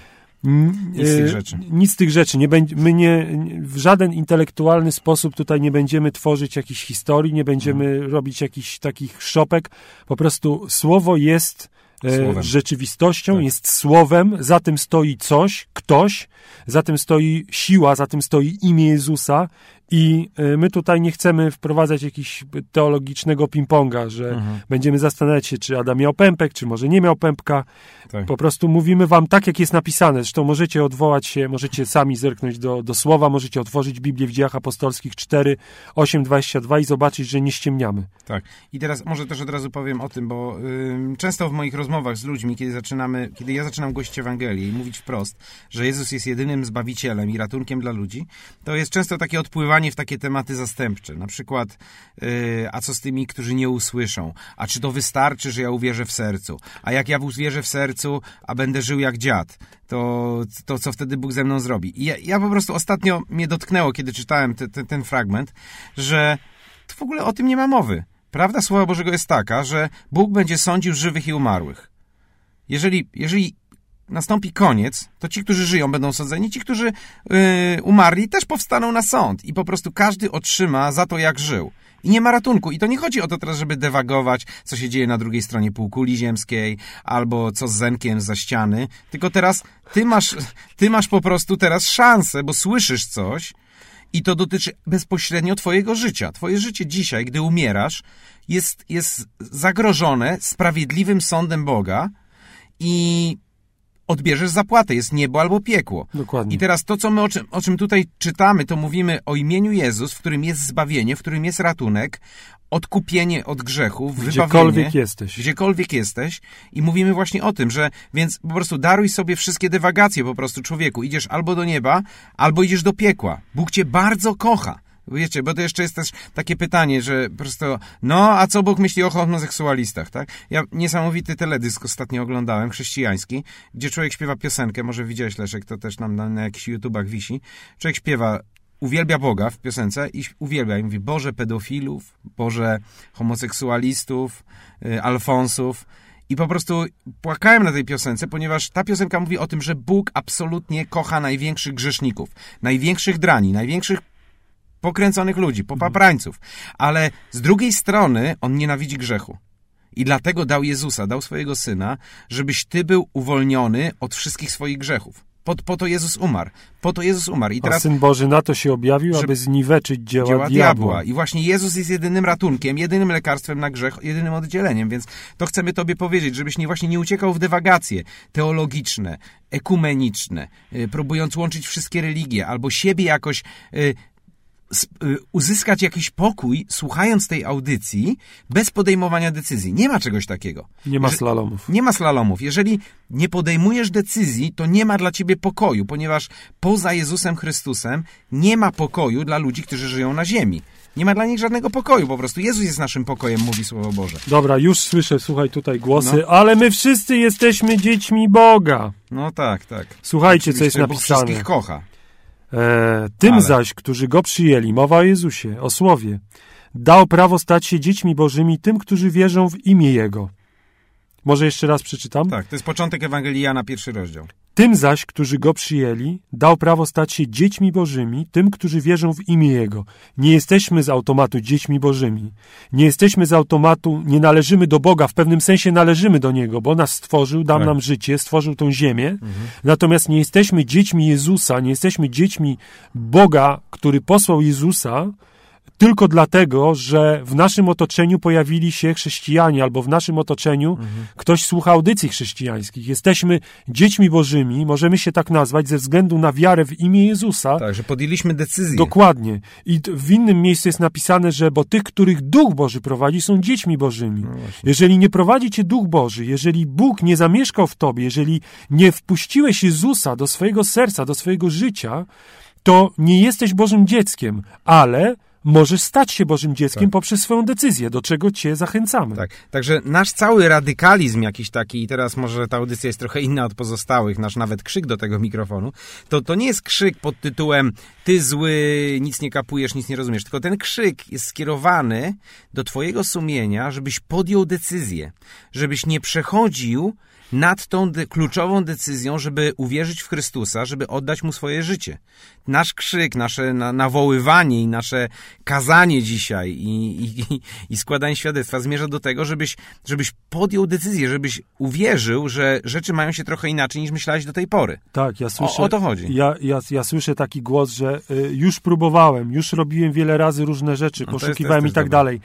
Nic z tych rzeczy. Nic z tych rzeczy. Nie będzie, my nie, w żaden intelektualny sposób tutaj nie będziemy tworzyć jakichś historii, nie będziemy hmm. robić jakichś takich szopek. Po prostu słowo jest e, rzeczywistością, tak. jest słowem, za tym stoi coś, ktoś, za tym stoi siła, za tym stoi imię Jezusa i e, my tutaj nie chcemy wprowadzać jakiegoś teologicznego ping-ponga, że mhm. będziemy zastanawiać się, czy Adam miał pępek, czy może nie miał pępka. Tak. Po prostu mówimy wam tak, jak jest napisane. Zresztą możecie odwołać się, możecie sami zerknąć do, do słowa, możecie otworzyć Biblię w Dziejach Apostolskich cztery, osiem, dwadzieścia dwa i zobaczyć, że nie ściemniamy. Tak. I teraz może też od razu powiem o tym, bo y, często w moich rozmowach z ludźmi, kiedy zaczynamy, kiedy ja zaczynam głosić Ewangelię i mówić wprost, że Jezus jest jedynym Zbawicielem i ratunkiem dla ludzi, to jest często takie odpływanie w takie tematy zastępcze. Na przykład, yy, a co z tymi, którzy nie usłyszą? A czy to wystarczy, że ja uwierzę w sercu? A jak ja uwierzę w sercu, a będę żył jak dziad, to, to co wtedy Bóg ze mną zrobi? I ja, ja po prostu ostatnio mnie dotknęło, kiedy czytałem te, te, ten fragment, że w ogóle o tym nie ma mowy. Prawda Słowa Bożego jest taka, że Bóg będzie sądził żywych i umarłych. Jeżeli, jeżeli nastąpi koniec, to ci, którzy żyją, będą sądzeni, ci, którzy yy, umarli, też powstaną na sąd i po prostu każdy otrzyma za to, jak żył. I nie ma ratunku. I to nie chodzi o to teraz, żeby dewagować, co się dzieje na drugiej stronie półkuli ziemskiej, albo co z Zenkiem za ściany, tylko teraz ty masz, ty masz po prostu teraz szansę, bo słyszysz coś i to dotyczy bezpośrednio twojego życia. Twoje życie dzisiaj, gdy umierasz, jest, jest zagrożone sprawiedliwym sądem Boga i odbierzesz zapłatę, jest niebo albo piekło. Dokładnie. I teraz to, co my o czym, o czym tutaj czytamy, to mówimy o imieniu Jezus, w którym jest zbawienie, w którym jest ratunek, odkupienie od grzechów, wybawienie. Gdziekolwiek jesteś. Gdziekolwiek jesteś. I mówimy właśnie o tym, że więc po prostu daruj sobie wszystkie dywagacje po prostu człowieku. Idziesz albo do nieba, albo idziesz do piekła. Bóg cię bardzo kocha. Wiecie, bo to jeszcze jest też takie pytanie, że po prostu, no, a co Bóg myśli o homoseksualistach, tak? Ja niesamowity teledysk ostatnio oglądałem, chrześcijański, gdzie człowiek śpiewa piosenkę, może widziałeś, Leszek, to też nam na, na jakichś YouTubach wisi. Człowiek śpiewa, uwielbia Boga w piosence i uwielbia i mówi, Boże pedofilów, Boże homoseksualistów, y, alfonsów. I po prostu płakałem na tej piosence, ponieważ ta piosenka mówi o tym, że Bóg absolutnie kocha największych grzeszników, największych drani, największych pokręconych ludzi, popaprańców. Ale z drugiej strony on nienawidzi grzechu. I dlatego dał Jezusa, dał swojego Syna, żebyś ty był uwolniony od wszystkich swoich grzechów. Po, po to Jezus umarł. Po to Jezus umarł. I teraz, a Syn Boży na to się objawił, aby zniweczyć dzieła, dzieła diabła. diabła. I właśnie Jezus jest jedynym ratunkiem, jedynym lekarstwem na grzech, jedynym oddzieleniem. Więc to chcemy tobie powiedzieć, żebyś nie, właśnie nie uciekał w dywagacje teologiczne, ekumeniczne, yy, próbując łączyć wszystkie religie, albo siebie jakoś... Yy, uzyskać jakiś pokój, słuchając tej audycji, bez podejmowania decyzji. Nie ma czegoś takiego. Nie ma slalomów. Nie ma slalomów. Jeżeli nie podejmujesz decyzji, to nie ma dla ciebie pokoju, ponieważ poza Jezusem Chrystusem nie ma pokoju dla ludzi, którzy żyją na ziemi. Nie ma dla nich żadnego pokoju, po prostu. Jezus jest naszym pokojem, mówi Słowo Boże. Dobra, już słyszę, słuchaj tutaj głosy, no. ale my wszyscy jesteśmy dziećmi Boga. No tak, tak. Słuchajcie, co jest Bóg napisane. wszystkich kocha. E, tym ale. zaś, którzy Go przyjęli, mowa o Jezusie, o Słowie, dał prawo stać się dziećmi Bożymi tym, którzy wierzą w imię Jego. Może jeszcze raz przeczytam? Tak, to jest początek Ewangelii Jana, pierwszy rozdział. Tym zaś, którzy Go przyjęli, dał prawo stać się dziećmi Bożymi, tym, którzy wierzą w imię Jego. Nie jesteśmy z automatu dziećmi Bożymi. Nie jesteśmy z automatu, nie należymy do Boga, w pewnym sensie należymy do Niego, bo nas stworzył, dał tak. nam życie, stworzył tą ziemię. Mhm. Natomiast nie jesteśmy dziećmi Jezusa, nie jesteśmy dziećmi Boga, który posłał Jezusa, tylko dlatego, że w naszym otoczeniu pojawili się chrześcijanie, albo w naszym otoczeniu mhm. ktoś słucha audycji chrześcijańskich. Jesteśmy dziećmi Bożymi, możemy się tak nazwać ze względu na wiarę w imię Jezusa. Tak, że podjęliśmy decyzję. Dokładnie. I w innym miejscu jest napisane, że bo tych, których Duch Boży prowadzi, są dziećmi Bożymi. No jeżeli nie prowadzi cię Duch Boży, jeżeli Bóg nie zamieszkał w tobie, jeżeli nie wpuściłeś Jezusa do swojego serca, do swojego życia, to nie jesteś Bożym dzieckiem, ale możesz stać się Bożym dzieckiem tak. poprzez swoją decyzję, do czego cię zachęcamy. Tak. Także nasz cały radykalizm jakiś taki, i teraz może ta audycja jest trochę inna od pozostałych, nasz nawet krzyk do tego mikrofonu, to, to nie jest krzyk pod tytułem ty zły, nic nie kapujesz, nic nie rozumiesz, tylko ten krzyk jest skierowany do twojego sumienia, żebyś podjął decyzję, żebyś nie przechodził nad tą de- kluczową decyzją, żeby uwierzyć w Chrystusa, żeby oddać Mu swoje życie. Nasz krzyk, nasze na- nawoływanie i nasze kazanie dzisiaj i, i, i składanie świadectwa zmierza do tego, żebyś, żebyś podjął decyzję, żebyś uwierzył, że rzeczy mają się trochę inaczej, niż myślałeś do tej pory. Tak, ja słyszę... O, o to chodzi. Ja, ja, ja słyszę taki głos, że y, już próbowałem, już robiłem wiele razy różne rzeczy, no poszukiwałem jest, i tak dobre. dalej.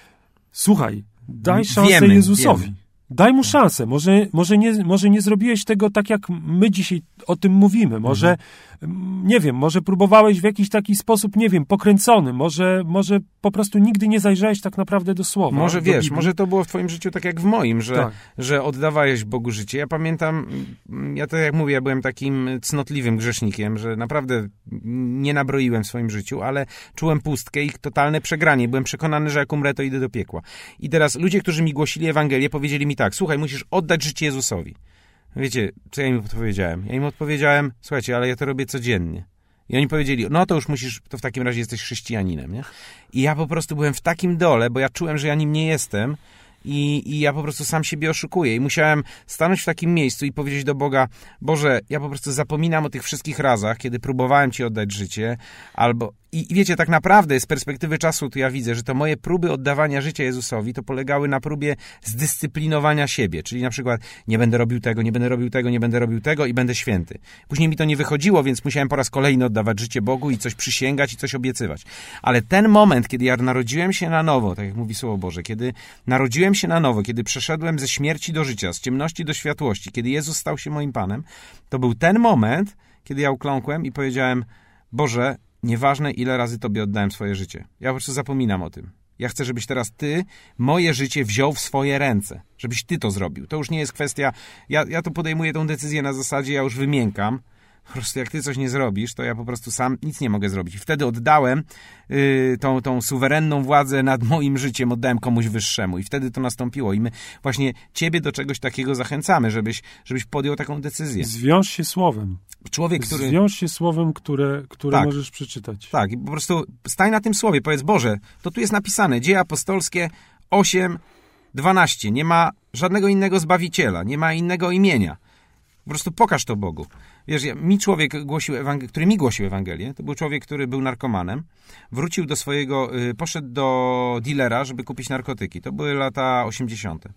Słuchaj, daj szansę wiemy, Jezusowi. Wiemy. Daj mu szansę. Może, może, nie, może nie zrobiłeś tego tak, jak my dzisiaj o tym mówimy. Może, mhm. nie wiem, może próbowałeś w jakiś taki sposób, nie wiem, pokręcony. Może, może po prostu nigdy nie zajrzałeś tak naprawdę do słowa. Może do wiesz, Biblii. może to było w twoim życiu tak jak w moim, że, tak. że oddawałeś Bogu życie. Ja pamiętam, ja tak jak mówię, ja byłem takim cnotliwym grzesznikiem, że naprawdę nie nabroiłem w swoim życiu, ale czułem pustkę i totalne przegranie. Byłem przekonany, że jak umrę, to idę do piekła. I teraz ludzie, którzy mi głosili Ewangelię, powiedzieli mi tak, słuchaj, musisz oddać życie Jezusowi. Wiecie, co ja im odpowiedziałem? Ja im odpowiedziałem, słuchajcie, ale ja to robię codziennie. I oni powiedzieli, no to już musisz, to w takim razie jesteś chrześcijaninem, nie? I ja po prostu byłem w takim dole, bo ja czułem, że ja nim nie jestem i, i ja po prostu sam siebie oszukuję. I musiałem stanąć w takim miejscu i powiedzieć do Boga, Boże, ja po prostu zapominam o tych wszystkich razach, kiedy próbowałem Ci oddać życie, albo... I, I wiecie, tak naprawdę z perspektywy czasu to ja widzę, że to moje próby oddawania życia Jezusowi to polegały na próbie zdyscyplinowania siebie, czyli na przykład nie będę robił tego, nie będę robił tego, nie będę robił tego i będę święty. Później mi to nie wychodziło, więc musiałem po raz kolejny oddawać życie Bogu i coś przysięgać i coś obiecywać. Ale ten moment, kiedy ja narodziłem się na nowo, tak jak mówi Słowo Boże, kiedy narodziłem się na nowo, kiedy przeszedłem ze śmierci do życia, z ciemności do światłości, kiedy Jezus stał się moim Panem, to był ten moment, kiedy ja ukląkłem i powiedziałem, Boże, nieważne, ile razy Tobie oddałem swoje życie. Ja po prostu zapominam o tym. Ja chcę, żebyś teraz Ty moje życie wziął w swoje ręce. Żebyś Ty to zrobił. To już nie jest kwestia... Ja, ja tu podejmuję tę decyzję na zasadzie, ja już wymiękam. Po prostu jak Ty coś nie zrobisz, to ja po prostu sam nic nie mogę zrobić. I wtedy oddałem yy, tą, tą suwerenną władzę nad moim życiem, oddałem komuś wyższemu. I wtedy to nastąpiło. I my właśnie Ciebie do czegoś takiego zachęcamy, żebyś, żebyś podjął taką decyzję. Zwiąż się słowem. Człowiek, który... Zwiąż się słowem, które, które tak, możesz przeczytać. Tak, i po prostu stań na tym słowie, powiedz, Boże, to tu jest napisane, Dzieje apostolskie osiem, dwanaście, nie ma żadnego innego Zbawiciela, nie ma innego imienia. Po prostu pokaż to Bogu. Wiesz, ja, mi człowiek, głosił Ewangel- który mi głosił Ewangelię, to był człowiek, który był narkomanem, wrócił do swojego, y, poszedł do dealera, żeby kupić narkotyki. To były lata osiemdziesiąte.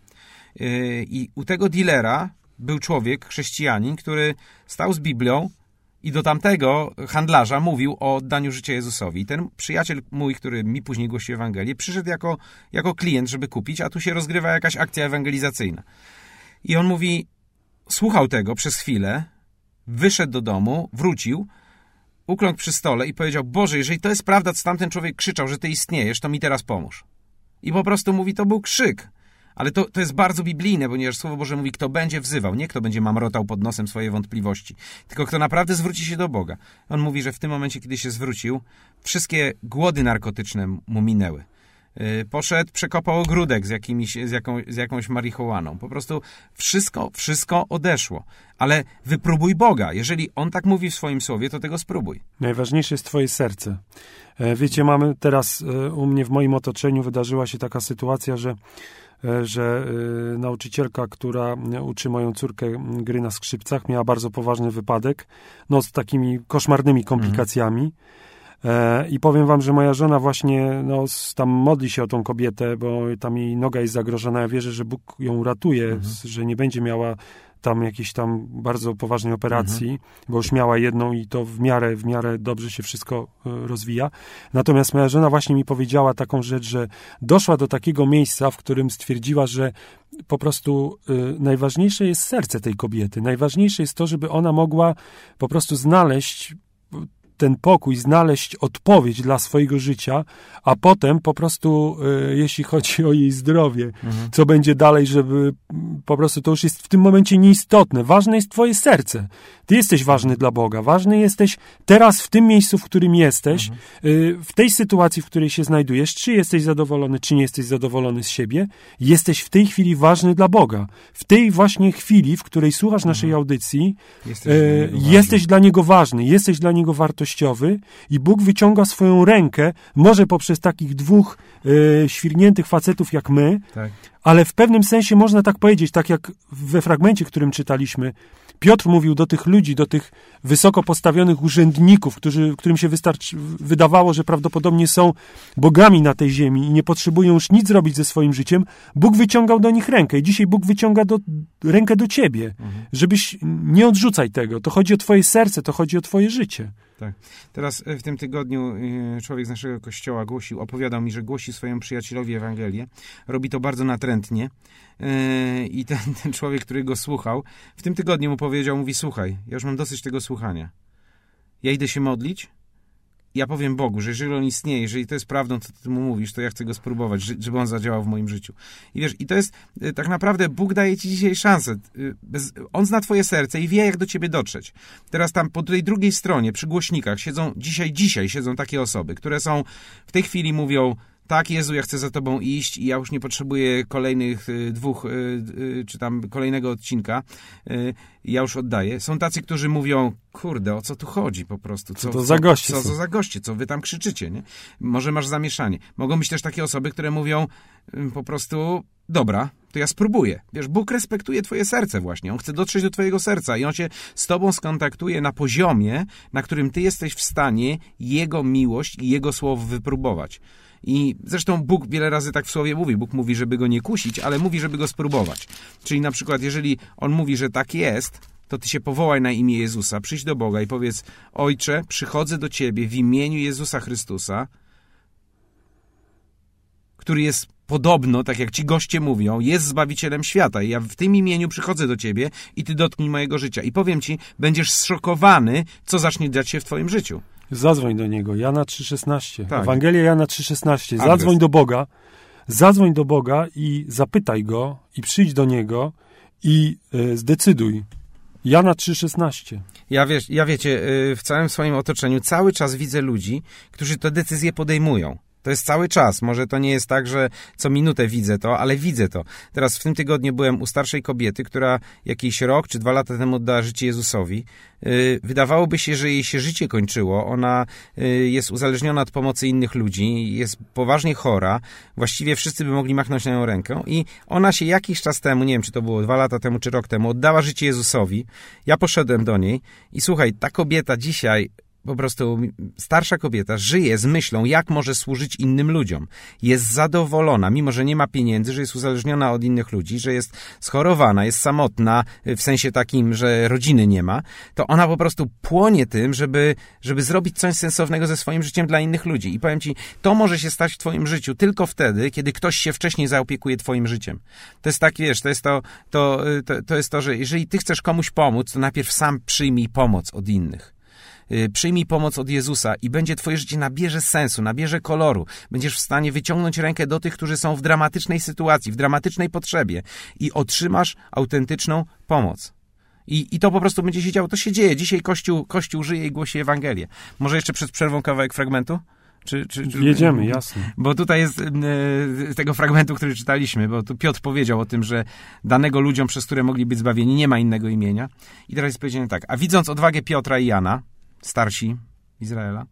Y, I u tego dealera był człowiek, chrześcijanin, który stał z Biblią i do tamtego handlarza mówił o oddaniu życia Jezusowi. I ten przyjaciel mój, który mi później głosił Ewangelię, przyszedł jako, jako klient, żeby kupić, a tu się rozgrywa jakaś akcja ewangelizacyjna. I on mówi, słuchał tego przez chwilę, wyszedł do domu, wrócił ukląkł przy stole i powiedział, Boże, jeżeli to jest prawda, co tamten człowiek krzyczał, że Ty istniejesz, to mi teraz pomóż. I po prostu mówi, to był krzyk. Ale to, to jest bardzo biblijne, ponieważ Słowo Boże mówi, kto będzie wzywał, nie kto będzie mamrotał pod nosem swoje wątpliwości, tylko kto naprawdę zwróci się do Boga. On mówi, że w tym momencie, kiedy się zwrócił, wszystkie głody narkotyczne mu minęły. Yy, poszedł, przekopał ogródek z, jakimiś, z, jaką, z jakąś marihuaną. Po prostu wszystko, wszystko odeszło. Ale wypróbuj Boga. Jeżeli On tak mówi w swoim słowie, to tego spróbuj. Najważniejsze jest twoje serce. Wiecie, mamy teraz u mnie w moim otoczeniu wydarzyła się taka sytuacja, że że y, nauczycielka, która uczy moją córkę gry na skrzypcach, miała bardzo poważny wypadek, no z takimi koszmarnymi komplikacjami. Mm. E, I powiem wam, że moja żona właśnie no, tam modli się o tą kobietę, bo tam jej noga jest zagrożona. Ja wierzę, że Bóg ją uratuje, mm. że nie będzie miała tam jakiejś tam bardzo poważnej operacji, mhm. bo już miała jedną i to w miarę, w miarę dobrze się wszystko y, rozwija. Natomiast moja żona właśnie mi powiedziała taką rzecz, że doszła do takiego miejsca, w którym stwierdziła, że po prostu y, najważniejsze jest serce tej kobiety. Najważniejsze jest to, żeby ona mogła po prostu znaleźć ten pokój, znaleźć odpowiedź dla swojego życia, a potem po prostu, y, jeśli chodzi o jej zdrowie, mhm. co będzie dalej, żeby po prostu to już jest w tym momencie nieistotne. Ważne jest twoje serce. Ty jesteś ważny dla Boga. Ważny jesteś teraz w tym miejscu, w którym jesteś, mhm. y, w tej sytuacji, w której się znajdujesz, czy jesteś zadowolony, czy nie jesteś zadowolony z siebie. Jesteś w tej chwili ważny dla Boga. W tej właśnie chwili, w której słuchasz mhm. naszej audycji, jesteś, y, dla, niego jesteś dla Niego ważny, jesteś dla Niego wartościowy. I Bóg wyciąga swoją rękę, może poprzez takich dwóch y, świrniętych facetów jak my, tak. ale w pewnym sensie można tak powiedzieć, tak jak we fragmencie, którym czytaliśmy, Piotr mówił do tych ludzi, do tych wysoko postawionych urzędników, którzy, którym się wystarczy, wydawało, że prawdopodobnie są bogami na tej ziemi i nie potrzebują już nic zrobić ze swoim życiem. Bóg wyciągał do nich rękę i dzisiaj Bóg wyciąga do, rękę do ciebie, mhm. żebyś nie odrzucaj tego. To chodzi o twoje serce, to chodzi o twoje życie. Tak. Teraz w tym tygodniu człowiek z naszego kościoła głosił, opowiadał mi, że głosi swojemu przyjacielowi Ewangelię. Robi to bardzo natrętnie. I ten, ten człowiek, który go słuchał, w tym tygodniu mu powiedział, mówi, słuchaj, ja już mam dosyć tego słuchania. Ja idę się modlić, ja powiem Bogu, że jeżeli On istnieje, jeżeli to jest prawdą, co Ty mu mówisz, to ja chcę Go spróbować, żeby On zadziałał w moim życiu. I wiesz, i to jest, tak naprawdę Bóg daje Ci dzisiaj szansę. Bez, On zna Twoje serce i wie, jak do Ciebie dotrzeć. Teraz tam po tej drugiej stronie, przy głośnikach, siedzą, dzisiaj, dzisiaj siedzą takie osoby, które są, w tej chwili mówią, tak, Jezu, ja chcę za Tobą iść i ja już nie potrzebuję kolejnych y, dwóch, y, y, czy tam kolejnego odcinka. Y, ja już oddaję. Są tacy, którzy mówią, kurde, o co tu chodzi po prostu? Co, co to za goście Co, co za goście? Co wy tam krzyczycie, nie? Może masz zamieszanie. Mogą być też takie osoby, które mówią y, po prostu, dobra, to ja spróbuję. Wiesz, Bóg respektuje twoje serce właśnie. On chce dotrzeć do twojego serca i On się z tobą skontaktuje na poziomie, na którym ty jesteś w stanie Jego miłość i Jego słowo wypróbować. I zresztą Bóg wiele razy tak w słowie mówi. Bóg mówi, żeby go nie kusić, ale mówi, żeby go spróbować. Czyli na przykład, jeżeli On mówi, że tak jest, to ty się powołaj na imię Jezusa, przyjdź do Boga i powiedz, Ojcze, przychodzę do Ciebie w imieniu Jezusa Chrystusa, który jest podobno, tak jak ci goście mówią, jest Zbawicielem świata. I ja w tym imieniu przychodzę do Ciebie i Ty dotknij mojego życia. I powiem Ci, będziesz zszokowany, co zacznie dziać się w Twoim życiu. Zadzwoń do Niego. Jana trzy szesnaście. Tak. Ewangelia Jana trzy szesnaście. Zadzwoń do Boga. Zadzwoń do Boga i zapytaj Go i przyjdź do Niego i y, zdecyduj. Jana trzy szesnaście. Ja, wiesz, ja wiecie, w całym swoim otoczeniu cały czas widzę ludzi, którzy te decyzje podejmują. To jest cały czas. Może to nie jest tak, że co minutę widzę to, ale widzę to. Teraz w tym tygodniu byłem u starszej kobiety, która jakiś rok czy dwa lata temu oddała życie Jezusowi. Wydawałoby się, że jej się życie kończyło. Ona jest uzależniona od pomocy innych ludzi, jest poważnie chora. Właściwie wszyscy by mogli machnąć na nią rękę. I ona się jakiś czas temu, nie wiem, czy to było dwa lata temu, czy rok temu, oddała życie Jezusowi. Ja poszedłem do niej i słuchaj, ta kobieta dzisiaj, po prostu starsza kobieta, żyje z myślą, jak może służyć innym ludziom. Jest zadowolona, mimo że nie ma pieniędzy, że jest uzależniona od innych ludzi, że jest schorowana, jest samotna, w sensie takim, że rodziny nie ma, to ona po prostu płonie tym, żeby, żeby zrobić coś sensownego ze swoim życiem dla innych ludzi. I powiem Ci, to może się stać w Twoim życiu tylko wtedy, kiedy ktoś się wcześniej zaopiekuje Twoim życiem. To jest tak, wiesz, to jest to, to, to, to jest to, że jeżeli Ty chcesz komuś pomóc, to najpierw sam przyjmij pomoc od innych. Przyjmij pomoc od Jezusa i będzie twoje życie nabierze sensu, nabierze koloru. Będziesz w stanie wyciągnąć rękę do tych, którzy są w dramatycznej sytuacji, w dramatycznej potrzebie i otrzymasz autentyczną pomoc. I, I to po prostu będzie się działo. To się dzieje. Dzisiaj Kościół, Kościół żyje i głosi Ewangelię. Może jeszcze przed przerwą kawałek fragmentu? Czy, czy, czy, Jedziemy, jasne. Bo tutaj jest z tego fragmentu, który czytaliśmy, bo tu Piotr powiedział o tym, że danego ludziom, przez które mogli być zbawieni, nie ma innego imienia. I teraz jest powiedziane tak. A widząc odwagę Piotra i Jana, starsi Izraela,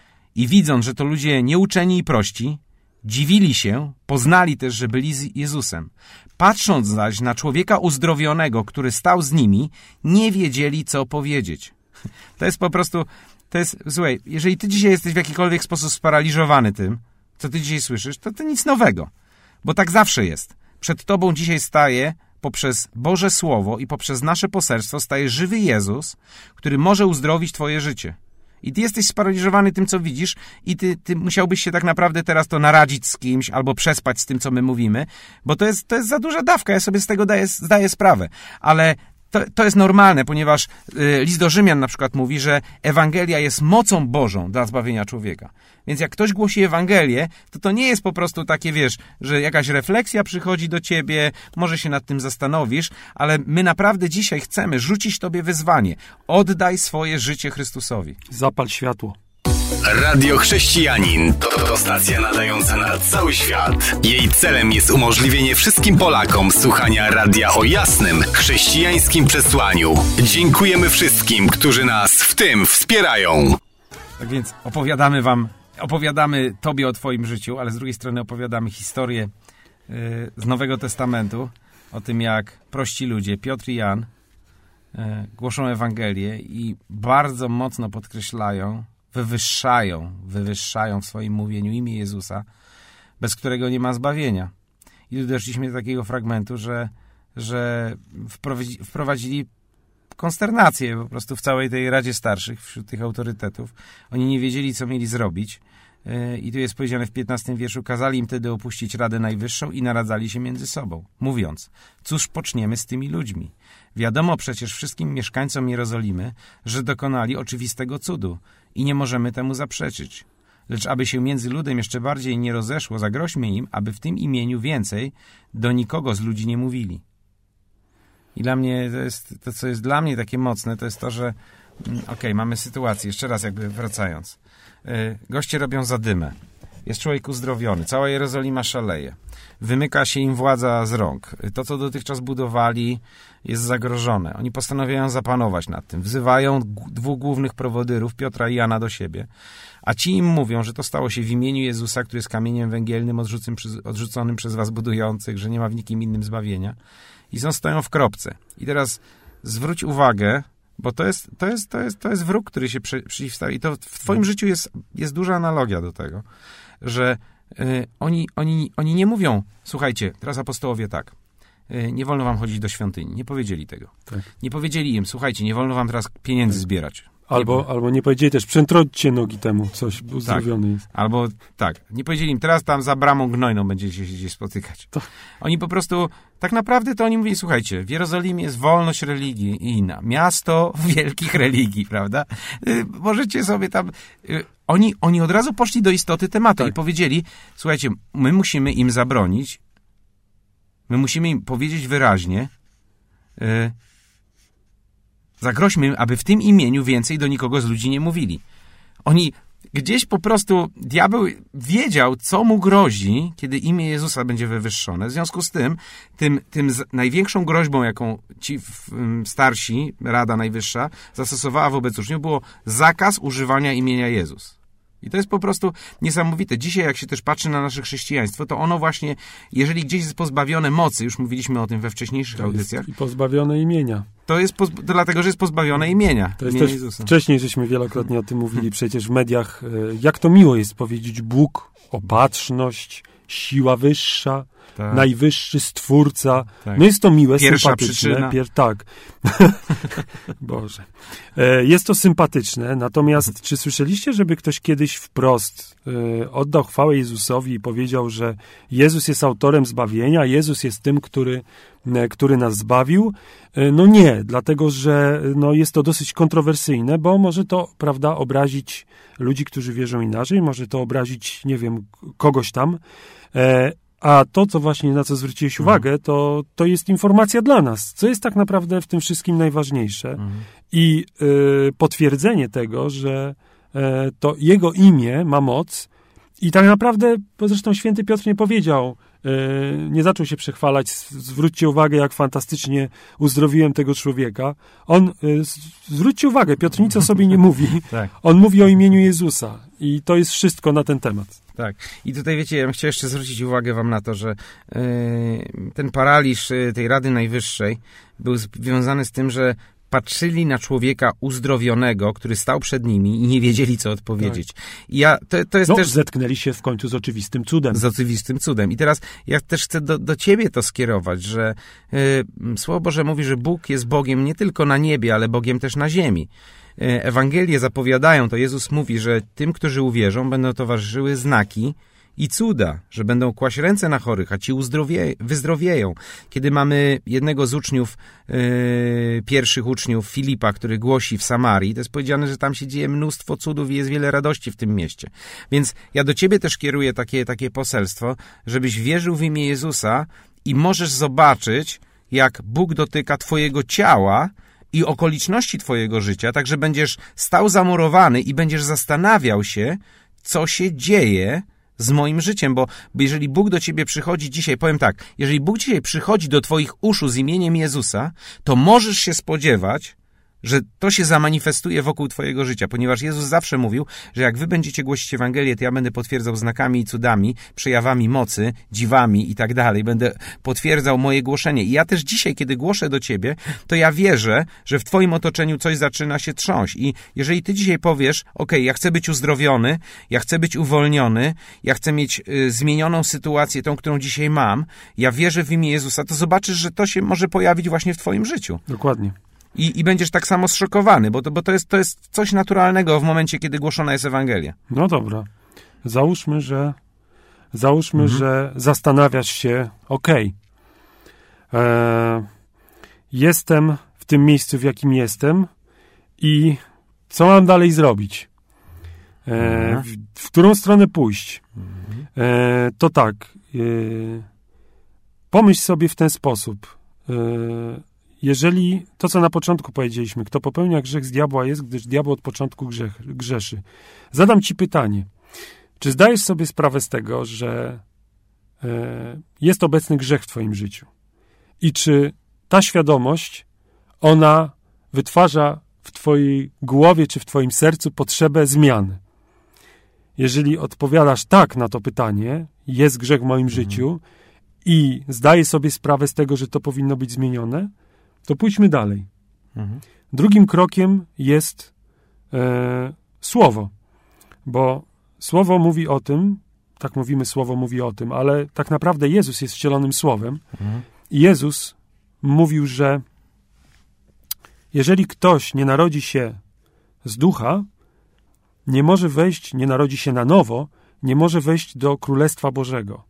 i widząc, że to ludzie nieuczeni i prości, dziwili się, poznali też, że byli z Jezusem. Patrząc zaś na człowieka uzdrowionego, który stał z nimi, nie wiedzieli, co powiedzieć. To jest po prostu... To jest, słuchaj, jeżeli ty dzisiaj jesteś w jakikolwiek sposób sparaliżowany tym, co ty dzisiaj słyszysz, to to nic nowego. Bo tak zawsze jest. Przed tobą dzisiaj staje, poprzez Boże Słowo i poprzez nasze poselstwo, staje żywy Jezus, który może uzdrowić twoje życie. I ty jesteś sparaliżowany tym, co widzisz i ty, ty musiałbyś się tak naprawdę teraz to naradzić z kimś albo przespać z tym, co my mówimy, bo to jest, to jest za duża dawka, ja sobie z tego daję, zdaję sprawę. Ale To, to jest normalne, ponieważ y, list do Rzymian na przykład mówi, że Ewangelia jest mocą Bożą dla zbawienia człowieka. Więc jak ktoś głosi Ewangelię, to to nie jest po prostu takie, wiesz, że jakaś refleksja przychodzi do ciebie, może się nad tym zastanowisz, ale my naprawdę dzisiaj chcemy rzucić tobie wyzwanie. Oddaj swoje życie Chrystusowi. Zapal światło. Radio Chrześcijanin to, to stacja nadająca na cały świat. Jej celem jest umożliwienie wszystkim Polakom słuchania radia o jasnym, chrześcijańskim przesłaniu. Dziękujemy wszystkim, którzy nas w tym wspierają. Tak więc opowiadamy wam, opowiadamy tobie o twoim życiu, ale z drugiej strony opowiadamy historię yy, z Nowego Testamentu o tym, jak prości ludzie, Piotr i Jan, yy, głoszą Ewangelię i bardzo mocno podkreślają, wywyższają, wywyższają w swoim mówieniu imię Jezusa, bez którego nie ma zbawienia. I tu doszliśmy do takiego fragmentu, że, że wprowadzili, wprowadzili konsternację po prostu w całej tej Radzie Starszych, wśród tych autorytetów. Oni nie wiedzieli, co mieli zrobić. I tu jest powiedziane w piętnastym wierszu, kazali im wtedy opuścić Radę Najwyższą i naradzali się między sobą, mówiąc, cóż poczniemy z tymi ludźmi? Wiadomo przecież wszystkim mieszkańcom Jerozolimy, że dokonali oczywistego cudu i nie możemy temu zaprzeczyć. Lecz aby się między ludem jeszcze bardziej nie rozeszło, zagroźmy im, aby w tym imieniu więcej do nikogo z ludzi nie mówili. I dla mnie to jest, to co jest dla mnie takie mocne, to jest to, że okej, okay, mamy sytuację, jeszcze raz jakby wracając. Yy, goście robią zadymę. Jest człowiek uzdrowiony. Cała Jerozolima szaleje. Wymyka się im władza z rąk. To, co dotychczas budowali, jest zagrożone. Oni postanawiają zapanować nad tym. Wzywają dwóch głównych prowodyrów, Piotra i Jana, do siebie. A ci im mówią, że to stało się w imieniu Jezusa, który jest kamieniem węgielnym odrzuconym przez, odrzuconym przez was budujących, że nie ma w nikim innym zbawienia. I są stoją w kropce. I teraz zwróć uwagę, bo to jest, to jest, to jest, to jest wróg, który się przeciwstawia. I to w twoim życiu jest, jest duża analogia do tego, że y, oni, oni, oni nie mówią, słuchajcie, teraz apostołowie tak, y, nie wolno wam chodzić do świątyni. Nie powiedzieli tego. Tak. Nie powiedzieli im, słuchajcie, nie wolno wam teraz pieniędzy tak. zbierać. Albo, albo nie powiedzieli też, przętrodźcie nogi temu, coś uzdrowiony tak. jest. Albo tak, nie powiedzieli im, teraz tam za bramą gnojną będziecie się gdzieś spotykać. To. Oni po prostu, tak naprawdę to oni mówili, słuchajcie, w Jerozolimie jest wolność religii i inna. Miasto wielkich religii, prawda? Y, możecie sobie tam... Y, oni, oni od razu poszli do istoty tematu tak. i powiedzieli, słuchajcie, my musimy im zabronić, my musimy im powiedzieć wyraźnie, y, zagroźmy im, aby w tym imieniu więcej do nikogo z ludzi nie mówili. Oni gdzieś po prostu, diabeł wiedział, co mu grozi, kiedy imię Jezusa będzie wywyższone. W związku z tym, tym, tym z, największą groźbą, jaką ci w, um, starsi, Rada Najwyższa, zastosowała wobec uczniów, było zakaz używania imienia Jezus. I to jest po prostu niesamowite. Dzisiaj, jak się też patrzy na nasze chrześcijaństwo, to ono właśnie, jeżeli gdzieś jest pozbawione mocy, już mówiliśmy o tym we wcześniejszych to audycjach. I pozbawione imienia. To jest poz... to dlatego, że jest pozbawione imienia. To jest imienia też, Jezusa. Wcześniej żeśmy wielokrotnie o tym mówili przecież w mediach, jak to miło jest powiedzieć Bóg, opatrzność, siła wyższa, tak. najwyższy stwórca. Tak. No jest to miłe, Pierwsza sympatyczne. Pier, tak. Boże. Jest to sympatyczne, natomiast czy słyszeliście, żeby ktoś kiedyś wprost y, oddał chwałę Jezusowi i powiedział, że Jezus jest autorem zbawienia, Jezus jest tym, który, y, który nas zbawił? Y, no nie, dlatego, że no, jest to dosyć kontrowersyjne, bo może to, prawda, obrazić ludzi, którzy wierzą inaczej, może to obrazić, nie wiem, kogoś tam. E, A to, co właśnie na co zwróciłeś uwagę, to, to jest informacja dla nas, co jest tak naprawdę w tym wszystkim najważniejsze. Mhm. I y, potwierdzenie tego, że y, to Jego imię ma moc i tak naprawdę, bo zresztą święty Piotr nie powiedział, y, nie zaczął się przechwalać, zwróćcie uwagę, jak fantastycznie uzdrowiłem tego człowieka. On, y, zwróćcie uwagę, Piotr nic o sobie nie mówi, tak. On mówi o imieniu Jezusa i to jest wszystko na ten temat. Tak. I tutaj, wiecie, ja bym chciał jeszcze zwrócić uwagę wam na to, że yy, ten paraliż yy, tej Rady Najwyższej był związany z tym, że patrzyli na człowieka uzdrowionego, który stał przed nimi i nie wiedzieli, co odpowiedzieć. Tak. I ja, to, to jest no, też... zetknęli się w końcu z oczywistym cudem. Z oczywistym cudem. I teraz ja też chcę do, do ciebie to skierować, że yy, Słowo Boże mówi, że Bóg jest Bogiem nie tylko na niebie, ale Bogiem też na ziemi. Ewangelie zapowiadają, to Jezus mówi, że tym, którzy uwierzą, będą towarzyszyły znaki i cuda, że będą kłaść ręce na chorych, a ci uzdrowie, wyzdrowieją. Kiedy mamy jednego z uczniów, yy, pierwszych uczniów Filipa, który głosi w Samarii, to jest powiedziane, że tam się dzieje mnóstwo cudów i jest wiele radości w tym mieście. Więc ja do ciebie też kieruję takie, takie poselstwo, żebyś wierzył w imię Jezusa i możesz zobaczyć, jak Bóg dotyka twojego ciała i okoliczności twojego życia, tak że będziesz stał zamurowany i będziesz zastanawiał się, co się dzieje z moim życiem, bo jeżeli Bóg do ciebie przychodzi dzisiaj, powiem tak, jeżeli Bóg dzisiaj przychodzi do twoich uszu z imieniem Jezusa, to możesz się spodziewać, że to się zamanifestuje wokół twojego życia, ponieważ Jezus zawsze mówił, że jak wy będziecie głosić Ewangelię, to ja będę potwierdzał znakami i cudami, przejawami mocy, dziwami i tak dalej. Będę potwierdzał moje głoszenie. I ja też dzisiaj, kiedy głoszę do ciebie, to ja wierzę, że w twoim otoczeniu coś zaczyna się trząść. I jeżeli ty dzisiaj powiesz, ok, ja chcę być uzdrowiony, ja chcę być uwolniony, ja chcę mieć y, zmienioną sytuację, tą, którą dzisiaj mam, ja wierzę w imię Jezusa, to zobaczysz, że to się może pojawić właśnie w twoim życiu. Dokładnie. I, I będziesz tak samo zszokowany, bo, to, bo to, jest, to jest coś naturalnego w momencie, kiedy głoszona jest Ewangelia. No dobra. Załóżmy, że załóżmy, mhm. że zastanawiasz się, okej, okay, e, jestem w tym miejscu, w jakim jestem i co mam dalej zrobić? E, mhm. w, w którą stronę pójść? Mhm. E, to tak, e, pomyśl sobie w ten sposób. E, Jeżeli to, co na początku powiedzieliśmy, kto popełnia grzech z diabła jest, gdyż diabeł od początku grzech, grzeszy. Zadam ci pytanie. Czy zdajesz sobie sprawę z tego, że e, jest obecny grzech w twoim życiu? I czy ta świadomość, ona wytwarza w twojej głowie czy w twoim sercu potrzebę zmiany? Jeżeli odpowiadasz tak na to pytanie, jest grzech w moim mhm. życiu i zdaję sobie sprawę z tego, że to powinno być zmienione, to pójdźmy dalej. Mhm. Drugim krokiem jest e, słowo, bo słowo mówi o tym, tak mówimy, słowo mówi o tym, ale tak naprawdę Jezus jest wcielonym słowem mhm. i Jezus mówił, że jeżeli ktoś nie narodzi się z ducha, nie może wejść, nie narodzi się na nowo, nie może wejść do Królestwa Bożego.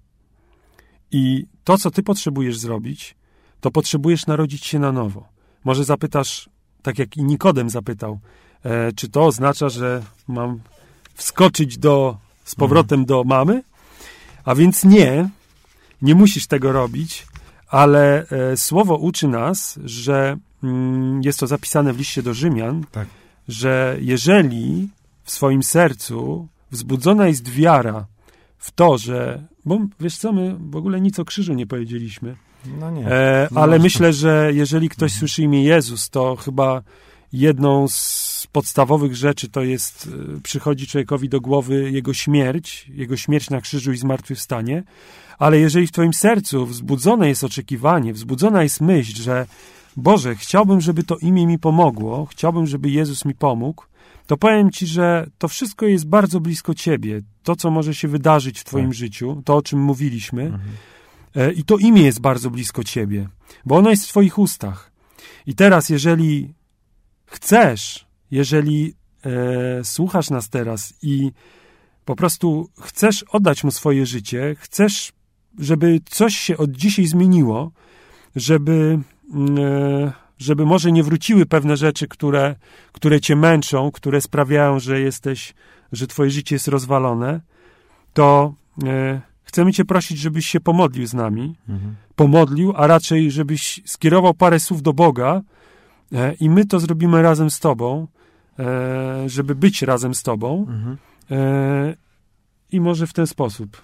I to, co ty potrzebujesz zrobić, to potrzebujesz narodzić się na nowo. Może zapytasz, tak jak i Nikodem zapytał, e, czy to oznacza, że mam wskoczyć do, z powrotem do mamy? A więc nie, nie musisz tego robić, ale e, Słowo uczy nas, że mm, jest to zapisane w liście do Rzymian, tak. że jeżeli w swoim sercu wzbudzona jest wiara w to, że, bo wiesz co, my w ogóle nic o krzyżu nie powiedzieliśmy, no nie. E, ale no myślę, że jeżeli ktoś mhm. słyszy imię Jezus, to chyba jedną z podstawowych rzeczy to jest, przychodzi człowiekowi do głowy jego śmierć, jego śmierć na krzyżu i zmartwychwstanie, ale jeżeli w twoim sercu wzbudzone jest oczekiwanie, wzbudzona jest myśl, że Boże, chciałbym, żeby to imię mi pomogło, chciałbym, żeby Jezus mi pomógł, to powiem ci, że to wszystko jest bardzo blisko ciebie. To, co może się wydarzyć w twoim tak. życiu, to, o czym mówiliśmy, mhm. i to imię jest bardzo blisko Ciebie, bo ono jest w Twoich ustach. I teraz, jeżeli chcesz, jeżeli e, słuchasz nas teraz i po prostu chcesz oddać Mu swoje życie, chcesz, żeby coś się od dzisiaj zmieniło, żeby, e, żeby może nie wróciły pewne rzeczy, które, które Cię męczą, które sprawiają, że jesteś, że Twoje życie jest rozwalone, to e, chcemy Cię prosić, żebyś się pomodlił z nami, mhm. pomodlił, a raczej żebyś skierował parę słów do Boga e, i my to zrobimy razem z Tobą, e, żeby być razem z Tobą mhm. e, i może w ten sposób.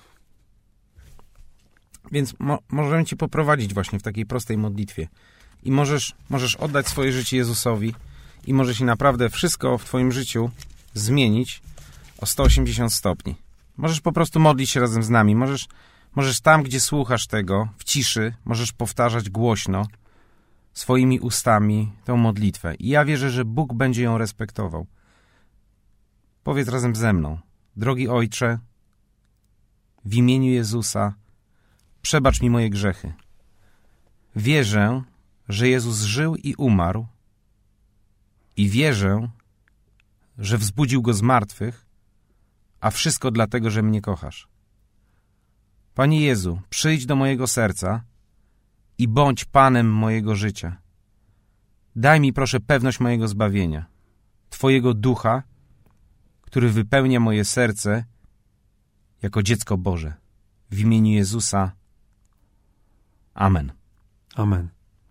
Więc mo- możemy Cię poprowadzić właśnie w takiej prostej modlitwie i możesz, możesz oddać swoje życie Jezusowi i może się naprawdę wszystko w Twoim życiu zmienić o sto osiemdziesiąt stopni. Możesz po prostu modlić się razem z nami. Możesz, możesz tam, gdzie słuchasz tego, w ciszy, możesz powtarzać głośno swoimi ustami tę modlitwę. I ja wierzę, że Bóg będzie ją respektował. Powiedz razem ze mną. Drogi Ojcze, w imieniu Jezusa przebacz mi moje grzechy. Wierzę, że Jezus żył i umarł i wierzę, że wzbudził Go z martwych, a wszystko dlatego, że mnie kochasz. Panie Jezu, przyjdź do mojego serca i bądź Panem mojego życia. Daj mi, proszę, pewność mojego zbawienia, Twojego ducha, który wypełnia moje serce jako dziecko Boże. W imieniu Jezusa. Amen. Amen.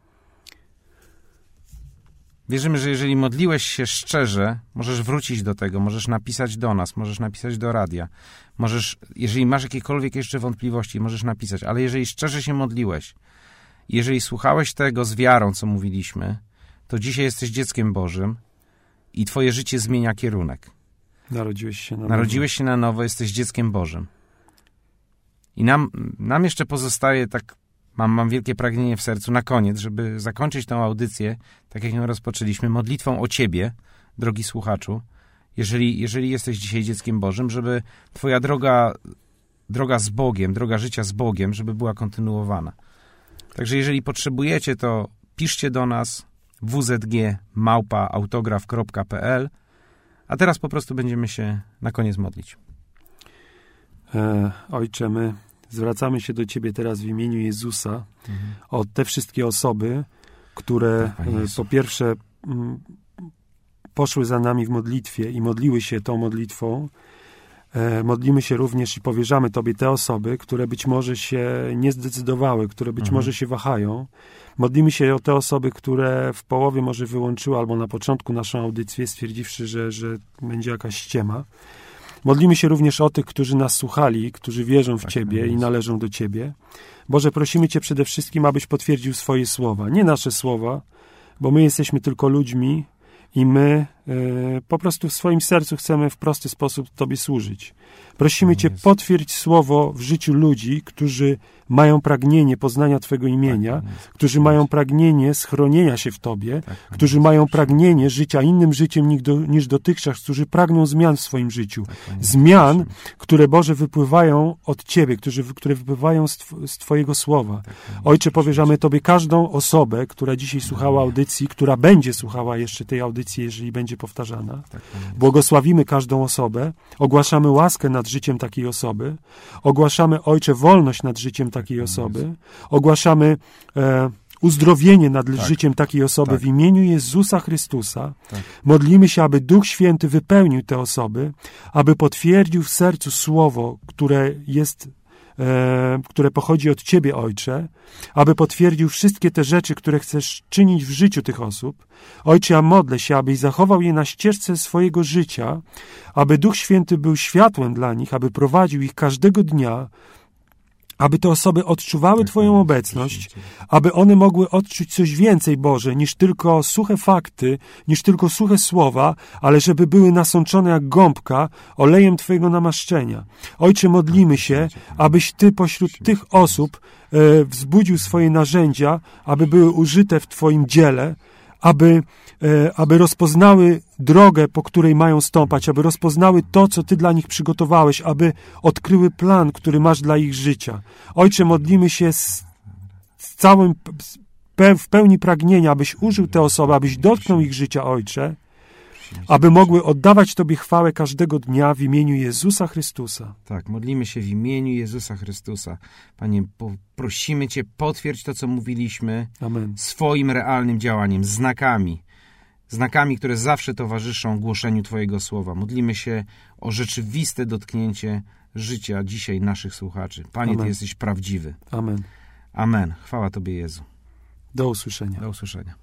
Wierzymy, że jeżeli modliłeś się szczerze, możesz wrócić do tego, możesz napisać do nas, możesz napisać do radia, możesz, jeżeli masz jakiekolwiek jeszcze wątpliwości, możesz napisać, ale jeżeli szczerze się modliłeś, jeżeli słuchałeś tego z wiarą, co mówiliśmy, to dzisiaj jesteś dzieckiem Bożym i twoje życie zmienia kierunek. Narodziłeś się na nowo. Narodziłeś się na nowo, jesteś dzieckiem Bożym. I nam, nam jeszcze pozostaje tak, mam, mam wielkie pragnienie w sercu na koniec, żeby zakończyć tę audycję, tak jak ją rozpoczęliśmy, modlitwą o Ciebie, drogi słuchaczu, jeżeli, jeżeli jesteś dzisiaj dzieckiem Bożym, żeby Twoja droga, droga z Bogiem, droga życia z Bogiem, żeby była kontynuowana. Także jeżeli potrzebujecie, to piszcie do nas w z g małpa autograf kropka p l, a teraz po prostu będziemy się na koniec modlić. E, Ojcze, my zwracamy się do Ciebie teraz w imieniu Jezusa mhm. o te wszystkie osoby, które tak, po pierwsze m, poszły za nami w modlitwie i modliły się tą modlitwą. E, modlimy się również i powierzamy Tobie te osoby, które być może się nie zdecydowały, które być mhm. może się wahają. Modlimy się o te osoby, które w połowie może wyłączyły albo na początku naszą audycję, stwierdziwszy, że, że będzie jakaś ściema. Modlimy się również o tych, którzy nas słuchali, którzy wierzą w tak, Ciebie i należą do Ciebie. Boże, prosimy Cię przede wszystkim, abyś potwierdził swoje słowa, nie nasze słowa, bo my jesteśmy tylko ludźmi i my y, po prostu w swoim sercu chcemy w prosty sposób Tobie służyć. Prosimy Cię, potwierdź słowo w życiu ludzi, którzy mają pragnienie poznania Twojego imienia, którzy mają pragnienie schronienia się w Tobie, którzy mają pragnienie życia innym życiem niż, do, niż dotychczas, którzy pragną zmian w swoim życiu. Zmian, które, Boże, wypływają od Ciebie, którzy, które wypływają z, tw- z Twojego słowa. Ojcze, powierzamy Tobie każdą osobę, która dzisiaj słuchała audycji, która będzie słuchała jeszcze tej audycji, jeżeli będzie powtarzana. Błogosławimy każdą osobę, ogłaszamy łaskę nad życiem takiej osoby, ogłaszamy, Ojcze, wolność nad życiem takiej osoby, ogłaszamy e, uzdrowienie nad tak. życiem takiej osoby tak. w imieniu Jezusa Chrystusa. Tak. Modlimy się, aby Duch Święty wypełnił te osoby, aby potwierdził w sercu słowo, które jest E, które pochodzi od Ciebie, Ojcze, aby potwierdził wszystkie te rzeczy, które chcesz czynić w życiu tych osób. Ojcze, ja modlę się, abyś zachował je na ścieżce swojego życia, aby Duch Święty był światłem dla nich, aby prowadził ich każdego dnia, aby te osoby odczuwały tak, Twoją obecność, aby one mogły odczuć coś więcej, Boże, niż tylko suche fakty, niż tylko suche słowa, ale żeby były nasączone jak gąbka olejem Twojego namaszczenia. Ojcze, modlimy się, abyś Ty pośród tych osób e, wzbudził swoje narzędzia, aby były użyte w Twoim dziele, aby, aby rozpoznały drogę, po której mają stąpać, aby rozpoznały to, co Ty dla nich przygotowałeś, aby odkryły plan, który masz dla ich życia. Ojcze, modlimy się z, z całym, w pełni pragnienia, abyś użył te osoby, abyś dotknął ich życia, Ojcze, aby mogły oddawać Tobie chwałę każdego dnia w imieniu Jezusa Chrystusa. Tak, modlimy się w imieniu Jezusa Chrystusa. Panie, prosimy Cię, potwierdź to, co mówiliśmy, Amen. Swoim realnym działaniem, znakami, znakami, które zawsze towarzyszą głoszeniu Twojego słowa. Modlimy się o rzeczywiste dotknięcie życia dzisiaj naszych słuchaczy. Panie, Amen. Ty jesteś prawdziwy. Amen. Amen. Chwała Tobie, Jezu. Do usłyszenia. Do usłyszenia.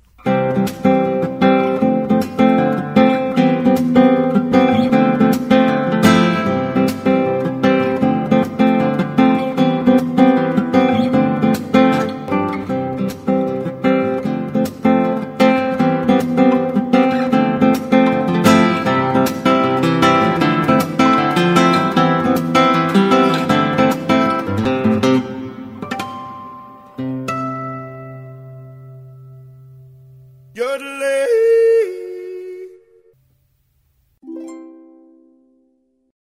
Yodeling.